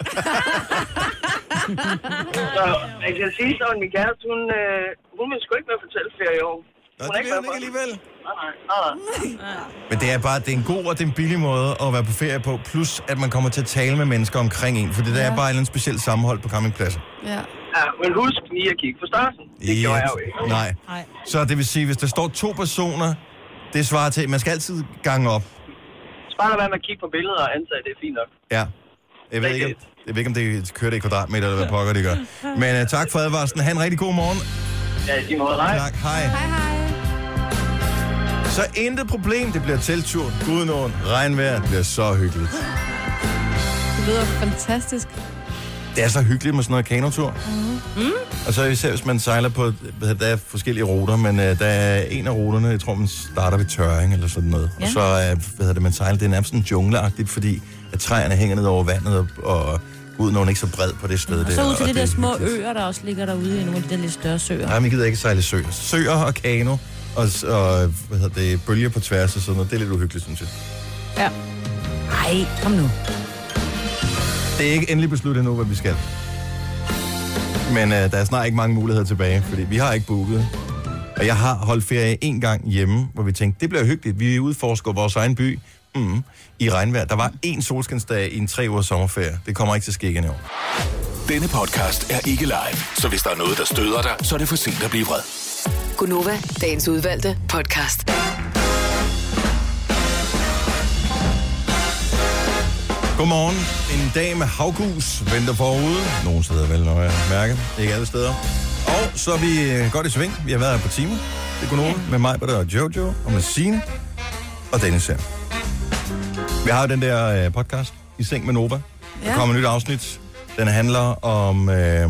[SPEAKER 12] Så jeg kan sige sådan, min kæreste, hun vil sgu ikke være fortælleferie i år.
[SPEAKER 1] Nå, det vil hun ikke alligevel.
[SPEAKER 12] Nej.
[SPEAKER 1] Men det er en god og det er en billig måde at være på ferie på, plus at man kommer til at tale med mennesker omkring en, for det der er bare en speciel sammenhold på campingpladser.
[SPEAKER 12] Ja, men husk lige at kigge på størrelsen. Det gjorde jeg jo ikke.
[SPEAKER 1] Nej. Så det vil sige, hvis der står 2 personer, det svarer til, man skal altid gange op.
[SPEAKER 12] Bare være med at kigge på billeder og antage, det er fint nok.
[SPEAKER 1] Ja. Jeg ved ikke, om det kører det i kvadratmeter, eller hvad pokker det gør. Men tak for advarslen. Ha' en rigtig god morgen.
[SPEAKER 12] Ja, i måde. Hej.
[SPEAKER 1] Tak, hej. Så intet problem, det bliver telttur, Gudenåen, regnvejr, det bliver så hyggeligt.
[SPEAKER 4] Det lyder fantastisk.
[SPEAKER 1] Det er så hyggeligt med sådan noget kanotur. Og så især hvis man sejler på, der er forskellige ruter, men der er en af ruterne, jeg tror man starter ved Tørring eller sådan noget. Ja. Og så man sejler, det er nærmest sådan jungleagtigt, fordi at træerne hænger ned over vandet, og Gudenåen er ikke så bred på det sted.
[SPEAKER 3] Og så ud til de der små øer, der også ligger derude i nogle af de der lidt større søer.
[SPEAKER 1] Nej, men jeg gider ikke sejle søer. Søer og kano, og bølger på tværs og sådan noget, det er lidt uhyggeligt, synes jeg.
[SPEAKER 3] Ja. Ej, kom nu.
[SPEAKER 1] Det er ikke endelig besluttet endnu, hvad vi skal. Men der er snart ikke mange muligheder tilbage, fordi vi har ikke booket. Og jeg har holdt ferie 1 gang hjemme, hvor vi tænkte, det bliver hyggeligt. Vi udforsker vores egen by i regnvejr. Der var 1 solskinsdag i en 3 ugers sommerferie. Det kommer ikke til at ske igen i år.
[SPEAKER 6] Denne podcast er ikke live, så hvis der er noget, der støder dig, så er det for sent at blive vred.
[SPEAKER 5] Gunova, dagens udvalgte podcast.
[SPEAKER 1] Godmorgen. En dag med havgus venter forude. Nogle steder vel, når jeg mærker. Ikke alle steder. Og så er vi godt i sving. Vi har været her på timer. Det er Gunova med mig, der er Jojo, og med Signe og Dennis her. Vi har jo den der podcast, I Seng med Nova. Der kommer et nyt afsnit. Den handler om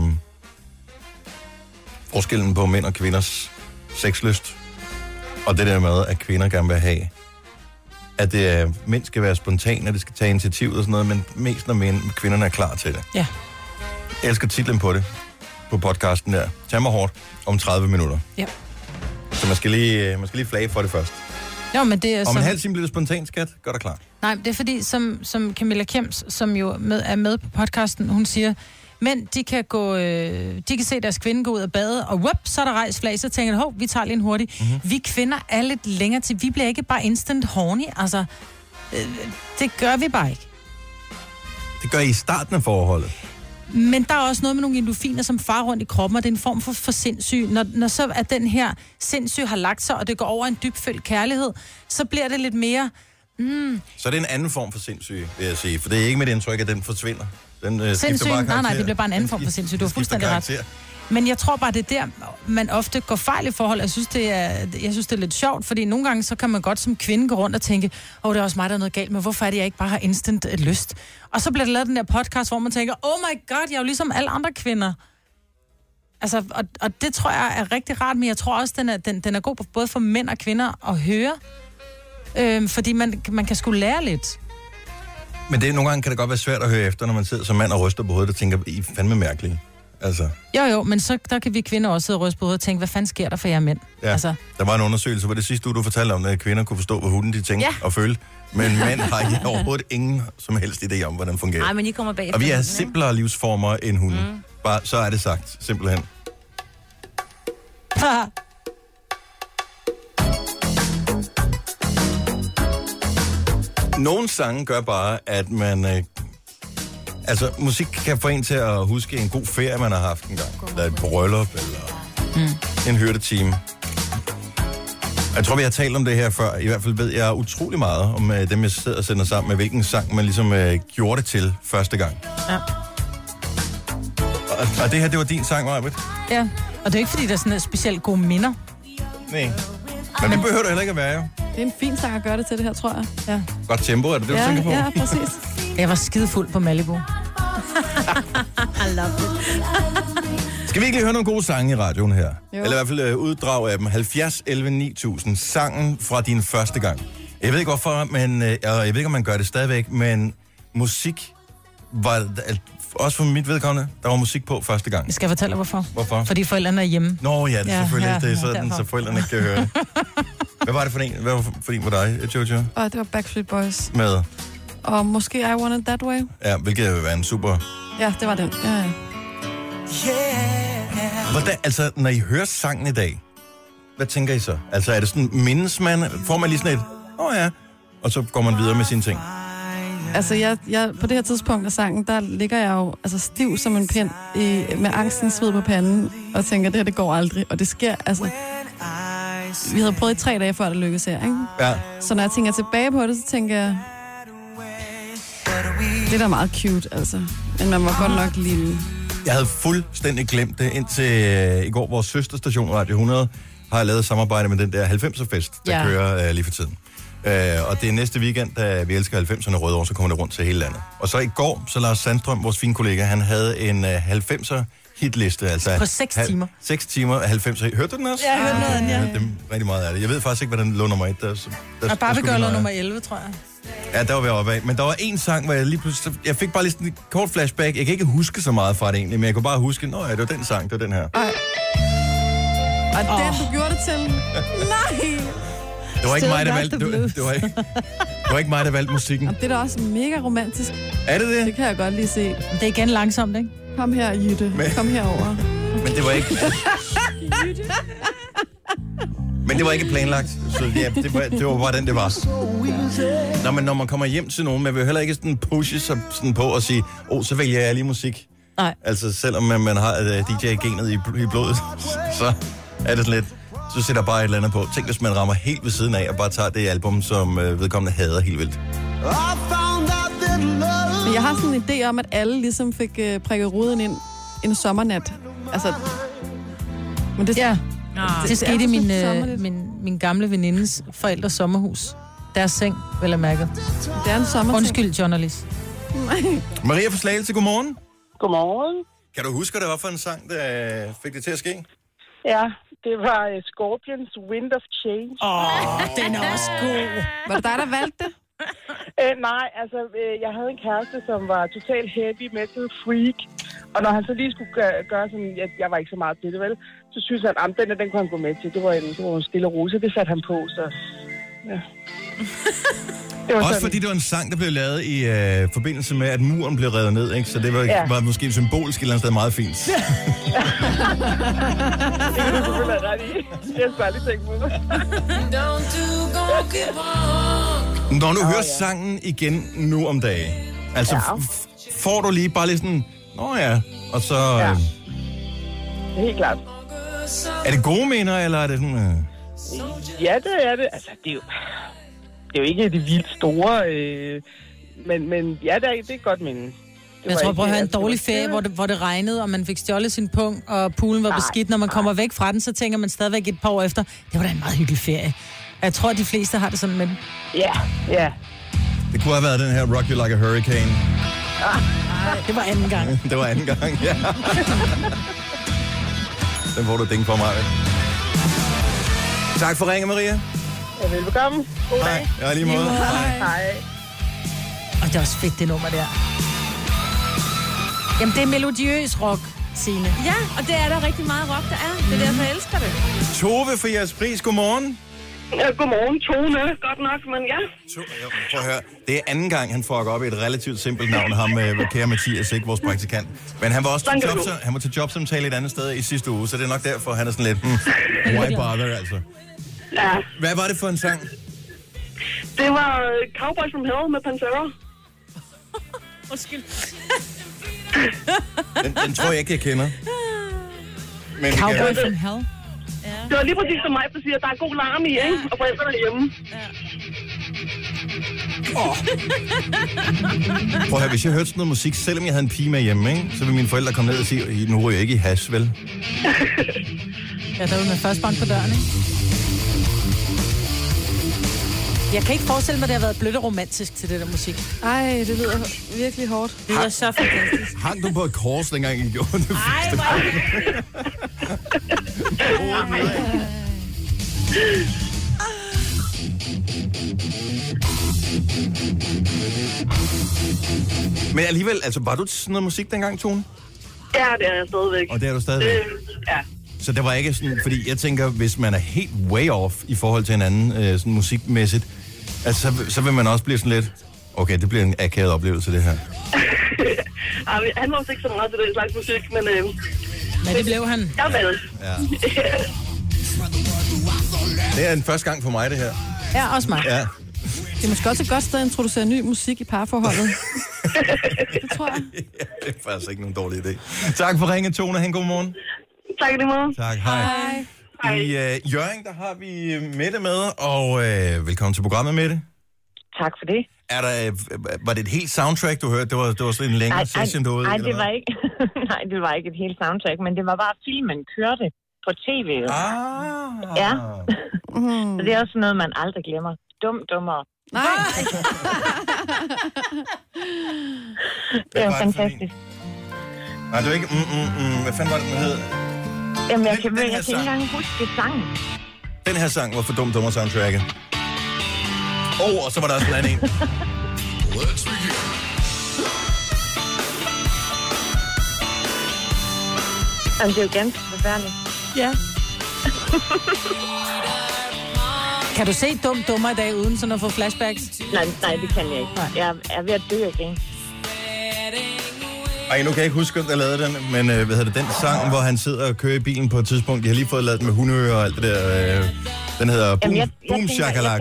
[SPEAKER 1] forskellen på mænd og kvinders sexlyst. Og det der med, at kvinder gerne vil have, at mænd skal være spontane, at det skal tage initiativ og sådan noget, men mest når kvinderne er klar til det.
[SPEAKER 2] Ja.
[SPEAKER 1] Jeg elsker titlen på det, på podcasten der. Tag mig hårdt om 30 minutter.
[SPEAKER 2] Ja.
[SPEAKER 1] Så man skal lige flage for det først.
[SPEAKER 2] Jo, men det er
[SPEAKER 1] om en halv time bliver det spontant, skat. Gør dig klar.
[SPEAKER 2] Nej, det er fordi, som Camilla Kjems, som jo er med på podcasten, hun siger, men de kan se deres kvinde gå ud og bade, og whoop, så er der rejst flag, så tænker de, vi tager lige en hurtig. Mm-hmm. Vi kvinder er lidt længere til, vi bliver ikke bare instant horny, altså, det gør vi bare ikke.
[SPEAKER 1] Det gør I i starten af forholdet.
[SPEAKER 2] Men der er også noget med nogle endorfiner, som farer rundt i kroppen, og det er en form for sindssyg. Når så at den her sindssyg har lagt sig, og det går over en dybfølt kærlighed, så bliver det lidt mere...
[SPEAKER 1] Så det er en anden form for sindssyg, vil jeg sige. For det er ikke med det indtryk, at den forsvinder. Den
[SPEAKER 2] sindssyg? Nej, det bliver bare en anden form for sindssyg. Du har fuldstændig ret. Men jeg tror bare, det er der, man ofte går fejl i forhold. Jeg synes, det er lidt sjovt, fordi nogle gange, så kan man godt som kvinde gå rundt og tænke, det er også mig, der er noget galt med, hvorfor er det, jeg ikke bare har instant lyst? Og så bliver der lavet den der podcast, hvor man tænker, oh my god, jeg er jo ligesom alle andre kvinder. Altså, og det tror jeg er rigtig rart, men jeg tror også, den er god både for mænd og kvinder at høre, fordi man kan sgu lære lidt.
[SPEAKER 1] Men nogle gange kan det godt være svært at høre efter, når man sidder som mand og ryster på hovedet og tænker, I er fandme mærkelige. Altså.
[SPEAKER 2] Jo, men så der kan vi kvinder også sidde og ryste på hovedet og tænke, hvad fanden sker der for jer mænd?
[SPEAKER 1] Ja, altså. Der var en undersøgelse, hvor det sidste uge, du fortalte om, at kvinder kunne forstå, hvad hunden de tænkte og følte. Men mænd har ikke overhovedet ingen som helst idé om, hvordan det fungerer.
[SPEAKER 3] Nej, men I kommer bagefter.
[SPEAKER 1] Og vi er simplere livsformer end hunden. Bare så er det sagt, simpelthen. Nogle sange gør bare, at man... musik kan få en til at huske en god ferie, man har haft en gang. Eller et bryllup, eller en hyrdetime. Jeg tror, vi har talt om det her før. I hvert fald ved jeg utrolig meget om dem, jeg sidder og sender sammen med, hvilken sang man ligesom gjorde det til første gang.
[SPEAKER 2] Ja.
[SPEAKER 1] Og det her, det var din sang, Maj-Brit?
[SPEAKER 2] Ja, og det er ikke, fordi der er sådan specielt gode minder.
[SPEAKER 1] Nej. Men det behøver det heller ikke at være, jo.
[SPEAKER 4] Det er en fin sang at gøre det til, det her, tror jeg.
[SPEAKER 2] Ja.
[SPEAKER 1] Godt tempo, er det det, du tænker på?
[SPEAKER 4] Ja, præcis.
[SPEAKER 2] Jeg var skidefuld på Malibu.
[SPEAKER 3] I love it.
[SPEAKER 1] Skal vi ikke lige høre nogle gode sange i radioen her? Jo. Eller i hvert fald uddrag af dem. 70 11 9000. Sangen fra din første gang. Jeg ved ikke hvorfor, men jeg ved ikke, om man gør det stadigvæk, men musik var... Også for mit vedkommende, der var musik på første gang.
[SPEAKER 2] Jeg skal fortælle dig, hvorfor.
[SPEAKER 1] Hvorfor?
[SPEAKER 2] Fordi forældrene er hjemme.
[SPEAKER 1] Nå ja, det er selvfølgelig. Det er sådan, så forældrene ikke kan høre det. Hvad var det for en? Hvad var for en for dig, Jojo?
[SPEAKER 4] Det var Backstreet Boys.
[SPEAKER 1] Med?
[SPEAKER 4] Og måske I Want It That Way.
[SPEAKER 1] Ja, hvilket vil være en super...
[SPEAKER 4] Ja, det var den. Ja.
[SPEAKER 1] Hvordan, altså, når I hører sangen i dag, hvad tænker I så? Altså, er det sådan, mindes man? Får man lige sådan et, ja, og så går man videre med sine ting?
[SPEAKER 4] Altså, jeg på det her tidspunkt af sangen, der ligger jeg jo stiv som en pind med angsten sved på panden, og tænker, det her, det går aldrig. Og det sker, altså... Vi havde prøvet i 3 dage, før det lykkedes her, ikke?
[SPEAKER 1] Ja.
[SPEAKER 4] Så når jeg tænker tilbage på det, så tænker jeg... Det er da meget cute, altså. Men man var godt nok lille.
[SPEAKER 1] Jeg havde fuldstændig glemt det, indtil i går vores søsterstation Radio 100 har lavet samarbejde med den der 90'er-fest, der kører lige for tiden. Og det er næste weekend, da vi elsker 90'erne Rødovre, så kommer det rundt til hele landet. Og så i går, så Lars Sandstrøm, vores fine kollega, han havde en 90'er hitliste. Altså
[SPEAKER 2] på 6 timer.
[SPEAKER 1] 6 timer af 90'er. Hørte du den også?
[SPEAKER 2] Ja, jeg hørte den, ja.
[SPEAKER 1] Jeg hørte rigtig meget af det. Jeg ved faktisk ikke, hvad den lå nummer 1.
[SPEAKER 2] Og Barbie Girl lå nummer 11, tror jeg.
[SPEAKER 1] Ja, der var vi oppe af. Men der var en sang, hvor jeg lige pludselig... Jeg fik bare lige sådan et kort flashback. Jeg kan ikke huske så meget fra det egentlig, men jeg kunne bare huske, det var den sang, det var den her.
[SPEAKER 4] Og den, du gjorde det til? Nej!
[SPEAKER 1] Det var ikke mig, der valgte... Det var ikke mig, der valgte musikken.
[SPEAKER 4] Det er da også mega romantisk.
[SPEAKER 1] Er det det?
[SPEAKER 4] Det kan jeg godt lige se.
[SPEAKER 2] Det er igen langsomt, ikke?
[SPEAKER 4] Kom her, Jytte. Kom herover.
[SPEAKER 1] Men det var ikke... Men det var ikke planlagt, så ja, det var bare den, det var. Nå, men når man kommer hjem til nogen, man vil heller ikke sådan pushe sig sådan på og sige, så vælger jeg lige musik.
[SPEAKER 2] Nej.
[SPEAKER 1] Altså, selvom man har DJ-genet i blodet, så er det sådan lidt, så sætter bare et eller andet på. Tænk, hvis man rammer helt ved siden af og bare tager det album, som vedkommende hader helt vildt.
[SPEAKER 4] Men jeg har sådan en idé om, at alle ligesom fik prikket ruden ind en sommernat. Altså... Men det,
[SPEAKER 2] det skete i min gamle venindes forældres sommerhus. Deres seng, vel at mærke.
[SPEAKER 4] Det er en sommerting.
[SPEAKER 2] Undskyld, journalist.
[SPEAKER 1] Maria fra Slagelse, godmorgen.
[SPEAKER 13] Godmorgen.
[SPEAKER 1] Kan du huske, hvad det var for en sang, der fik det til at ske?
[SPEAKER 13] Ja, det var Scorpions Wind of Change.
[SPEAKER 2] Den er også god.
[SPEAKER 4] Var det dig, der valgte det?
[SPEAKER 13] Nej, altså, jeg havde en kæreste, som var totalt heavy metal freak. Og når han så lige skulle gøre sådan, jeg var ikke så meget til det, vel? Så synes han, at den kunne han gå med til. Det var en stille rose, det satte han på, så... Ja.
[SPEAKER 1] Også fordi det var en sang, der blev lavet i forbindelse med, at muren blev revet ned, ikke? Så det var måske symbolisk et eller andet sted meget fint.
[SPEAKER 13] Det kan du selvfølgelig have ret i. Jeg skal aldrig tænke på det.
[SPEAKER 1] Når du hører sangen igen nu om dagen, altså får du lige bare lige sådan, nå ja, og så...
[SPEAKER 13] Ja. Det er helt klart.
[SPEAKER 1] Er det gode minder, eller er det sådan...
[SPEAKER 13] Ja, det er det. Altså, det er jo ikke det vildt store, men ja, det er godt minde.
[SPEAKER 2] Jeg tror, prøv at høre en dårlig ferie, hvor det regnede, og man fik stjålet sin pung, og poolen var beskidt. Når man kommer væk fra den, så tænker man stadigvæk et par år efter, det var da en meget hyggelig ferie. Jeg tror, at de fleste har det sådan med den.
[SPEAKER 13] Ja.
[SPEAKER 1] Det kunne have været den her Rock You Like a Hurricane.
[SPEAKER 2] Det var anden gang.
[SPEAKER 1] Det var anden gang, ja. Den får du ding for mig. Tak for ringen, Maria.
[SPEAKER 13] Ja, velbekomme. God dag.
[SPEAKER 1] Ja, lige måde.
[SPEAKER 13] Hej.
[SPEAKER 2] Og det er også fedt, det nummer der. Jamen, det er melodiøs rock, Signe.
[SPEAKER 3] Ja, og det er der rigtig meget rock, der er. Det er derfor, jeg elsker det.
[SPEAKER 1] Tove for jeres pris. Godmorgen.
[SPEAKER 9] Ja, godmorgen. Tone. Godt nok, men ja.
[SPEAKER 1] Prøv at høre. Det er anden gang, han fucker op i et relativt simpelt navn. Ham, kære Mathias, ikke vores praktikant. Men han var også til jobsamtale et andet sted i sidste uge, så det er nok derfor, han er sådan lidt... why bother, altså.
[SPEAKER 9] Ja.
[SPEAKER 1] Hvad var det for en sang?
[SPEAKER 9] Det var Cowboys from Hell med Pantera.
[SPEAKER 3] Undskyld.
[SPEAKER 1] Den tror jeg ikke, jeg kender.
[SPEAKER 2] Men Cowboys from Hell?
[SPEAKER 9] Ja. Det var lige præcis som mig, der siger, at der er god larm i, ikke? Og forældrene er hjemme.
[SPEAKER 1] Prøv at høre, hvis jeg hørte sådan noget musik, selvom jeg havde en pige med hjemme, ikke? Så ville mine forældre komme ned og sige, nu ryger jeg ikke i hash, vel?
[SPEAKER 2] Ja, der var med først bank på døren, ikke? Jeg kan ikke forestille mig, at det har været blødt og romantisk til det der musik.
[SPEAKER 4] Ej, det lyder virkelig hårdt.
[SPEAKER 3] Det lyder så fantastisk.
[SPEAKER 1] Hang du på et kors, dengang I gjorde det?
[SPEAKER 3] Ej,
[SPEAKER 1] Men alligevel, altså, var du til sådan noget musik dengang, Tone?
[SPEAKER 9] Ja, det er jeg stadigvæk.
[SPEAKER 1] Og det er du stadigvæk?
[SPEAKER 9] Ja.
[SPEAKER 1] Så det var ikke sådan, fordi jeg tænker, hvis man er helt way off i forhold til hinanden, sådan musikmæssigt, altså, så vil man også blive sådan lidt, okay, det bliver en akavet oplevelse, det her.
[SPEAKER 9] Han var også ikke så meget til den slags musik, men...
[SPEAKER 2] Men det blev han.
[SPEAKER 9] Jeg med.
[SPEAKER 1] Ja. Det er den første gang for mig, det her.
[SPEAKER 2] Ja, også mig.
[SPEAKER 1] Ja.
[SPEAKER 4] Det er måske også et godt sted at introducere ny musik i parforholdet. Det tror jeg.
[SPEAKER 1] Ja, det er faktisk ikke nogen dårlig idé. Tak for ringet, Tone. Han god morgen.
[SPEAKER 9] Tak i lige måde.
[SPEAKER 1] Tak, hej. I Hjørring, der har vi Mette med, og velkommen til programmet, Mette.
[SPEAKER 14] Tak for det.
[SPEAKER 1] Var det et helt soundtrack, du hørte? Det var sådan en længere session derude?
[SPEAKER 14] Nej, det var ikke. Nej, det var ikke et helt soundtrack, men det var bare filmen kørte på tv. Ja. Så det er også noget, man aldrig glemmer. Dummer.
[SPEAKER 4] Nej.
[SPEAKER 14] Det er fantastisk.
[SPEAKER 1] Nej, du er ikke... Hvad fanden var det, den hed?
[SPEAKER 14] Jamen, jeg kan ikke engang huske sangen.
[SPEAKER 1] Den her sang var for dummer soundtracket. Og så var der også en anden en.
[SPEAKER 14] Jamen, det er jo ganske forfærdeligt.
[SPEAKER 2] Ja. Kan du se dummer i dag, uden sådan at få flashbacks?
[SPEAKER 14] Nej, det kan jeg ikke. Jeg er ved at dø igen.
[SPEAKER 1] Ej, nu kan jeg ikke huske, hvem der lavede den, men hvad hedder det, den sang, hvor han sidder og kører i bilen på et tidspunkt. De har lige fået lavet den med hundeører og alt det der. Den hedder Boom Shakalak.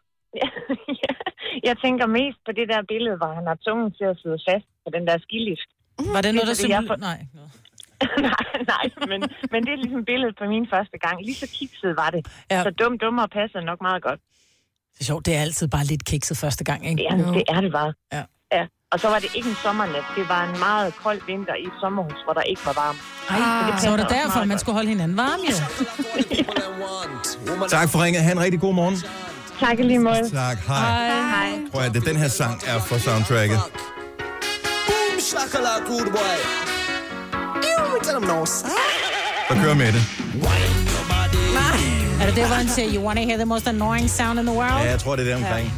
[SPEAKER 14] Jeg tænker mest på det der billede, hvor han har tungen til at sidde fast på den der skilift.
[SPEAKER 2] Var det noget, der simpelthen... Nej.
[SPEAKER 14] nej, men det er ligesom billedet på min første gang. Lige så kikset var det. Ja. Så dummer passer nok meget godt.
[SPEAKER 2] Det er sjovt, det er altid bare lidt kikset første gang, ikke?
[SPEAKER 14] Ja, det er det bare.
[SPEAKER 2] Ja.
[SPEAKER 14] Og så var det ikke en sommernat. Det var en meget kold vinter i et sommerhus, hvor der ikke var varmt.
[SPEAKER 2] Så var det derfor, man skulle holde hinanden varme, jo.
[SPEAKER 1] Tak for ringet. Ha' en rigtig god morgen.
[SPEAKER 14] Tak i lige måde.
[SPEAKER 1] Tak, hej. Prøv at den her sang er for soundtracket.
[SPEAKER 15] Boom, shakalak, good boy. Tell them no.
[SPEAKER 1] Så kører med det.
[SPEAKER 2] Er det det, hvor han siger, you wanna hear the most annoying sound in the world?
[SPEAKER 1] Ja, jeg tror, det er det omkring.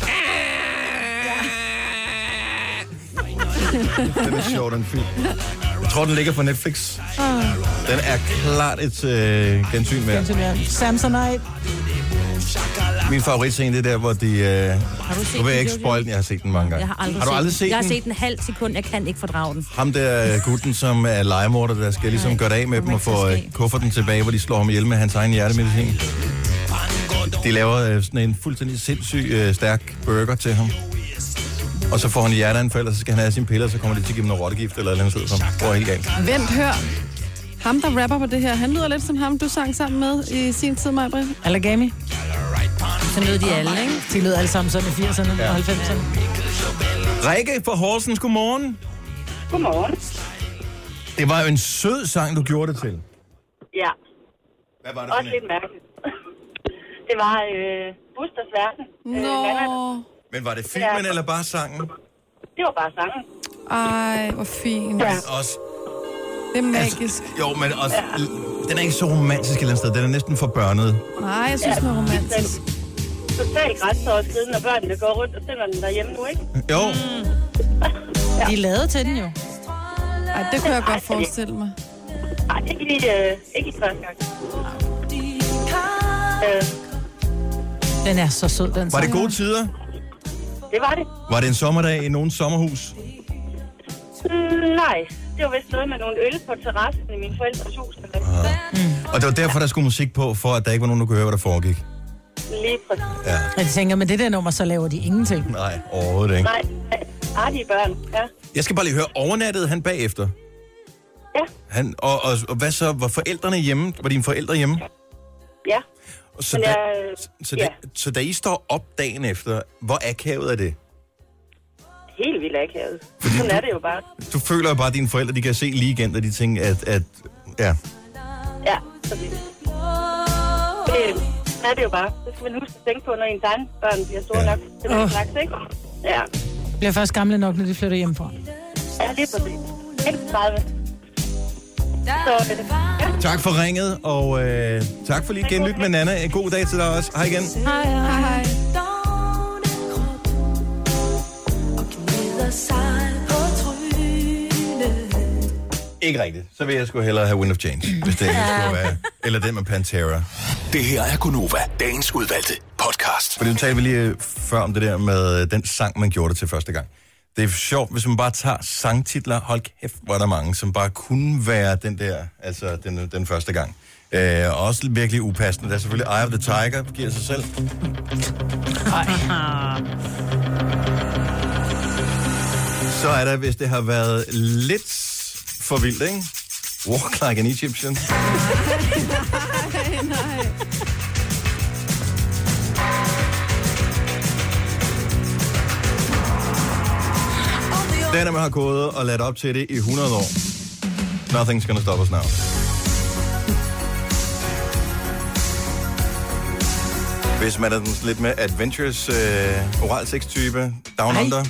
[SPEAKER 1] Den er sjov, den film. Jeg tror, den ligger på Netflix. Den er klart et gensyn med.
[SPEAKER 2] Samsonite.
[SPEAKER 1] Min favoritscene, det er der, hvor de... Nu vil jeg ikke spoil den, jeg har set den mange gange. Har du aldrig set den?
[SPEAKER 3] Jeg har set den halv sekund, jeg kan ikke fordrage den.
[SPEAKER 1] Ham der gutten, som er legemorder, der skal ligesom gøre det af med dem og få kufferten tilbage, hvor de slår ham ihjel med hans egen hjertemedicin. De laver sådan en fuldstændig sindssyg stærk burger til ham. Og så får han hjerteanfald, og så skal han have sine piller, og så kommer de til at give dem noget rottegift eller et eller andet sted, som går helt galt.
[SPEAKER 4] Vent, hør. Ham, der rapper på det her, han lyder lidt som ham, du sang sammen med i sin tid, Maj-Brit.
[SPEAKER 2] Allergami.
[SPEAKER 3] Så lød de alle, ikke?
[SPEAKER 2] De lød alle sammen sådan i 80'erne og 90'erne.
[SPEAKER 1] Rikke fra Horsens, godmorgen.
[SPEAKER 16] Godmorgen.
[SPEAKER 1] Det var jo en sød sang, du gjorde det til.
[SPEAKER 16] Ja.
[SPEAKER 1] Hvad var det
[SPEAKER 16] også lidt mærkeligt. Det var Busters Verden.
[SPEAKER 1] Men var det filmen eller bare sangen?
[SPEAKER 16] Det var bare sangen.
[SPEAKER 4] Ej, hvor fint.
[SPEAKER 1] Ja. Også,
[SPEAKER 4] det er magisk.
[SPEAKER 1] Altså, jo, men også, den er ikke så romantisk et eller andet sted. Den er næsten for børnet.
[SPEAKER 4] Nej, jeg synes, den er romantisk.
[SPEAKER 16] Totalt grænseoverskridende, når børnene går rundt og sender den derhjemme nu, ikke?
[SPEAKER 1] Jo.
[SPEAKER 2] De er lavet til den jo.
[SPEAKER 4] Ej, det kunne jeg godt forestille mig.
[SPEAKER 16] Ej, ikke i første gang.
[SPEAKER 2] Den er så sød, den sang.
[SPEAKER 1] Var det gode tider?
[SPEAKER 16] Det var det.
[SPEAKER 1] Var det en sommerdag i nogen sommerhus?
[SPEAKER 16] Nej, det var vist noget med nogle øl på terrassen i min forældres hus.
[SPEAKER 1] Og det var derfor, der skulle musik på, for at der ikke var nogen, der kunne høre, hvad der foregik.
[SPEAKER 16] Lige præcis.
[SPEAKER 1] Ja.
[SPEAKER 2] Jeg tænker, med det der nummer, så laver de ingenting.
[SPEAKER 1] Nej, overhovedet ikke.
[SPEAKER 16] Nej, artige børn, ja.
[SPEAKER 1] Jeg skal bare lige høre, overnattede han bagefter?
[SPEAKER 16] Ja.
[SPEAKER 1] Og hvad så? Var forældrene hjemme? Var dine forældre hjemme?
[SPEAKER 16] Ja.
[SPEAKER 1] Så da I står op dagen efter, hvor akavet er det?
[SPEAKER 16] Helt vildt akavet. Sådan er det jo bare.
[SPEAKER 1] Du føler jo bare, at dine forældre de kan se lige igen, da de tænker, at
[SPEAKER 16] ja. Ja, præcis. Det er det jo bare. Det skal man huske at tænke på, når ens egen børn bliver store nok. Det er slags, ikke? Ja.
[SPEAKER 2] Bliver først gamle nok, når de flytter hjemmefra.
[SPEAKER 16] Ja, lige præcis. Helt 30. Så, ja.
[SPEAKER 1] Tak for ringet, og tak for lige genlyt med Nana. En god dag til dig også. Hej igen.
[SPEAKER 4] Hej, hej. Hej.
[SPEAKER 1] Ikke rigtigt. Så vil jeg sgu hellere have Wind of Change, hvis det ikke skulle være. Eller den med Pantera.
[SPEAKER 6] Det her er Gunova, dagens udvalgte podcast.
[SPEAKER 1] Fordi nu talte vi lige før om det der med den sang, man gjorde det til første gang. Det er sjovt, hvis man bare tager sangtitler. Hold kæft, hvor er der mange, som bare kunne være den der, altså den første gang. Også virkelig upassende. Der er selvfølgelig Eye of the Tiger, giver sig selv. Så er der, hvis det har været lidt for vildt, ikke? Walk like an Egyptian.
[SPEAKER 4] Nej.
[SPEAKER 1] Den er man har gået og ladt op til det i 100 år. Nothing's gonna stop us now. Hvis man er den lidt mere adventures oral sex type, down under.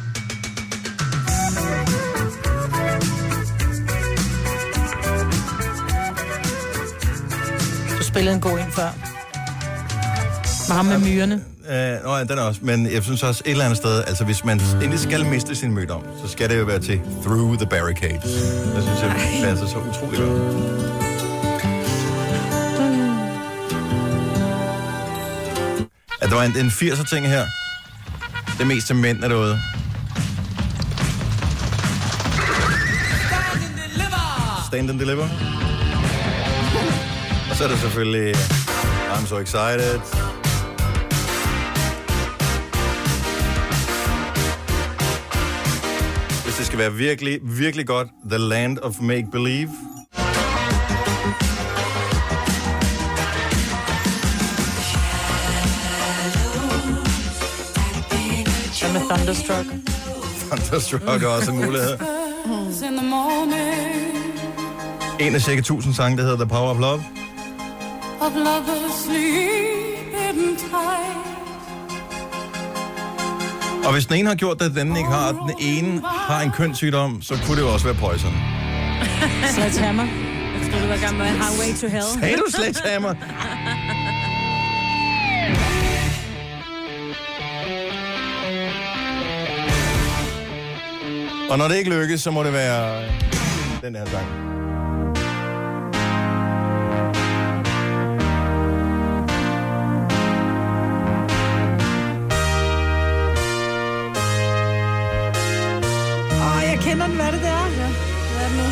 [SPEAKER 2] Du spillede en god en før. Med ham med myrerne.
[SPEAKER 1] Den er også, men jeg synes også et eller andet sted, altså hvis man endelig skal miste sin mødom, så skal det jo være til Through the Barricades. Det synes jeg passer så utroligt godt. At der var en 80'er ting her. Det mest til mænd er derude. Stand and Deliver. Og så er der selvfølgelig I'm So Excited. Hvis det skal være virkelig, virkelig godt, The Land of Make Believe.
[SPEAKER 2] Og med Thunderstruck.
[SPEAKER 1] Thunderstruck er også en mulighed. En af cirka 1000 sange, der hedder The Power of Love. Og hvis den ene har gjort det, den ikke har, den ene har en kønssygdom, så kunne det jo også være Poison.
[SPEAKER 2] Sledgehammer.
[SPEAKER 3] Jeg tror, du var gammel med Highway to Hell.
[SPEAKER 1] Sagde du Sledgehammer? Og når det ikke lykkes, så må det være den her sang.
[SPEAKER 2] hvad er det, det er? Ja. Hvad er det nu?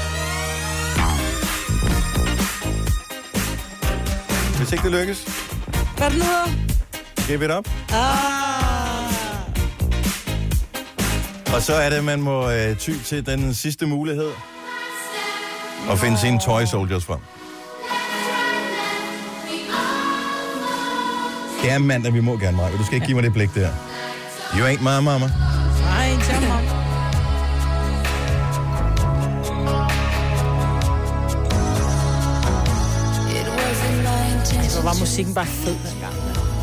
[SPEAKER 1] Hvis ikke det lykkes.
[SPEAKER 2] Hvad er det nu hedder?
[SPEAKER 1] Give it up. Og så er det, man må ty til den sidste mulighed. Og finde sine toy soldiers frem. Det er mandag, vi må gerne, Maja. Du skal ikke give mig det blik der. You ain't my mama.
[SPEAKER 2] Nej, ikke så mama. Så var musikken bare fed dengang.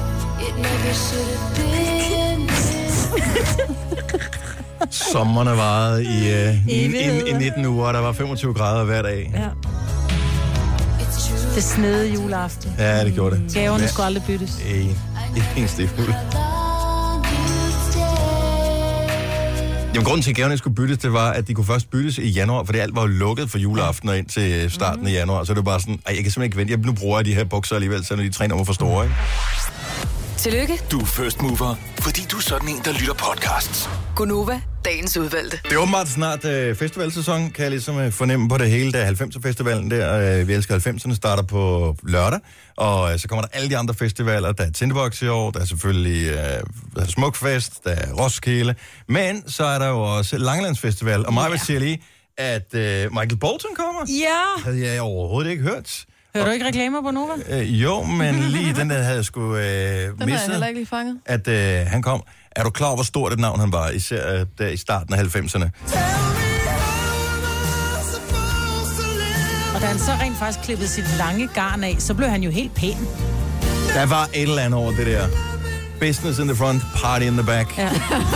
[SPEAKER 1] Sommerne varede i 19 uger, og der var 25 grader hver dag.
[SPEAKER 2] Ja. Det snede juleaften.
[SPEAKER 1] Ja, det gjorde det.
[SPEAKER 2] Gaverne skulle aldrig byttes.
[SPEAKER 1] En stifuld. Jamen, grunden til, at gaverne skulle byttes, det var, at de kunne først byttes i januar, fordi alt var jo lukket for juleaften og ind til starten af januar. Så det var bare sådan, jeg kan simpelthen ikke vente. Nu bruger jeg de her bukser alligevel, så når de 3 nummer for store, ikke?
[SPEAKER 5] Tillykke.
[SPEAKER 6] Du er first mover, fordi du er sådan en, der lytter podcasts.
[SPEAKER 5] Gunova, dagens udvalgte.
[SPEAKER 1] Det er åbenbart snart festivalsæson, kan jeg ligesom fornemme på det hele. Der 90'er-festivalen der, vi elsker 90'erne, starter på lørdag. Og så kommer der alle de andre festivaler. Der er Tinderbox i år, der er selvfølgelig der er Smukfest, der er Roskilde. Men så er der jo også Langelandsfestival. Og mig vil sige lige, at Michael Bolton kommer.
[SPEAKER 2] Ja!
[SPEAKER 1] Havde jeg overhovedet ikke hørt.
[SPEAKER 2] Hører du ikke reklamer på Nova?
[SPEAKER 1] Jo, men lige den der havde jeg sgu misset.
[SPEAKER 4] Den har jeg heller ikke lige fanget.
[SPEAKER 1] At han kom. Er du klar over, hvor stort et navn han var, især der i starten af 90'erne?
[SPEAKER 2] Og da han så rent faktisk klippede sit lange garn af, så blev han jo helt pæn.
[SPEAKER 1] Der var et eller andet over det der. Business in the front, party in the back.
[SPEAKER 2] Ja.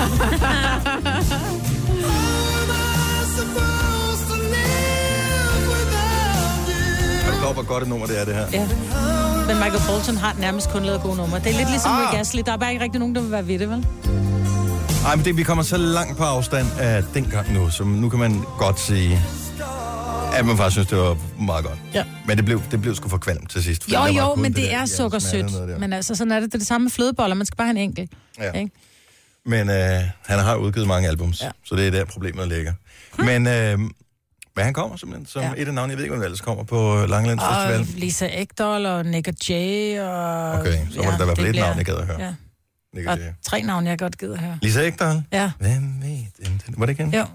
[SPEAKER 1] Hvor godt et nummer det er, det her.
[SPEAKER 2] Ja. Men Michael Bolton har nærmest kun lavet gode numre. Det er lidt ligesom Rick Astley. Der er bare ikke rigtig nogen, der vil være ved det, vel?
[SPEAKER 1] Nej, men vi kommer så langt på afstand af dengang nu, så nu kan man godt sige, at man faktisk synes, det var meget godt.
[SPEAKER 2] Ja.
[SPEAKER 1] Men det blev sgu for kvalmt til sidst.
[SPEAKER 2] Jo, men det er sukkersødt. Men altså, sådan er det. Det er det samme med flødeboller. Man skal bare have en enkelt.
[SPEAKER 1] Ja.
[SPEAKER 2] Ikke?
[SPEAKER 1] Men han har udgivet mange albums, så det er der problemet ligger. Men... Men han kommer simpelthen som et af navnene. Jeg ved ikke, om ellers kommer på Langelands Festival.
[SPEAKER 2] Og Lisa Ekdahl og Nick og Jay og...
[SPEAKER 1] Okay, så må det da i hvert fald et navn, jeg gad at høre.
[SPEAKER 2] Ja.
[SPEAKER 1] Nick
[SPEAKER 2] og 3 navne, jeg godt gad at høre.
[SPEAKER 1] Lisa Ekdahl?
[SPEAKER 2] Ja.
[SPEAKER 1] Hvem ved den? Var det igen?
[SPEAKER 2] Jo.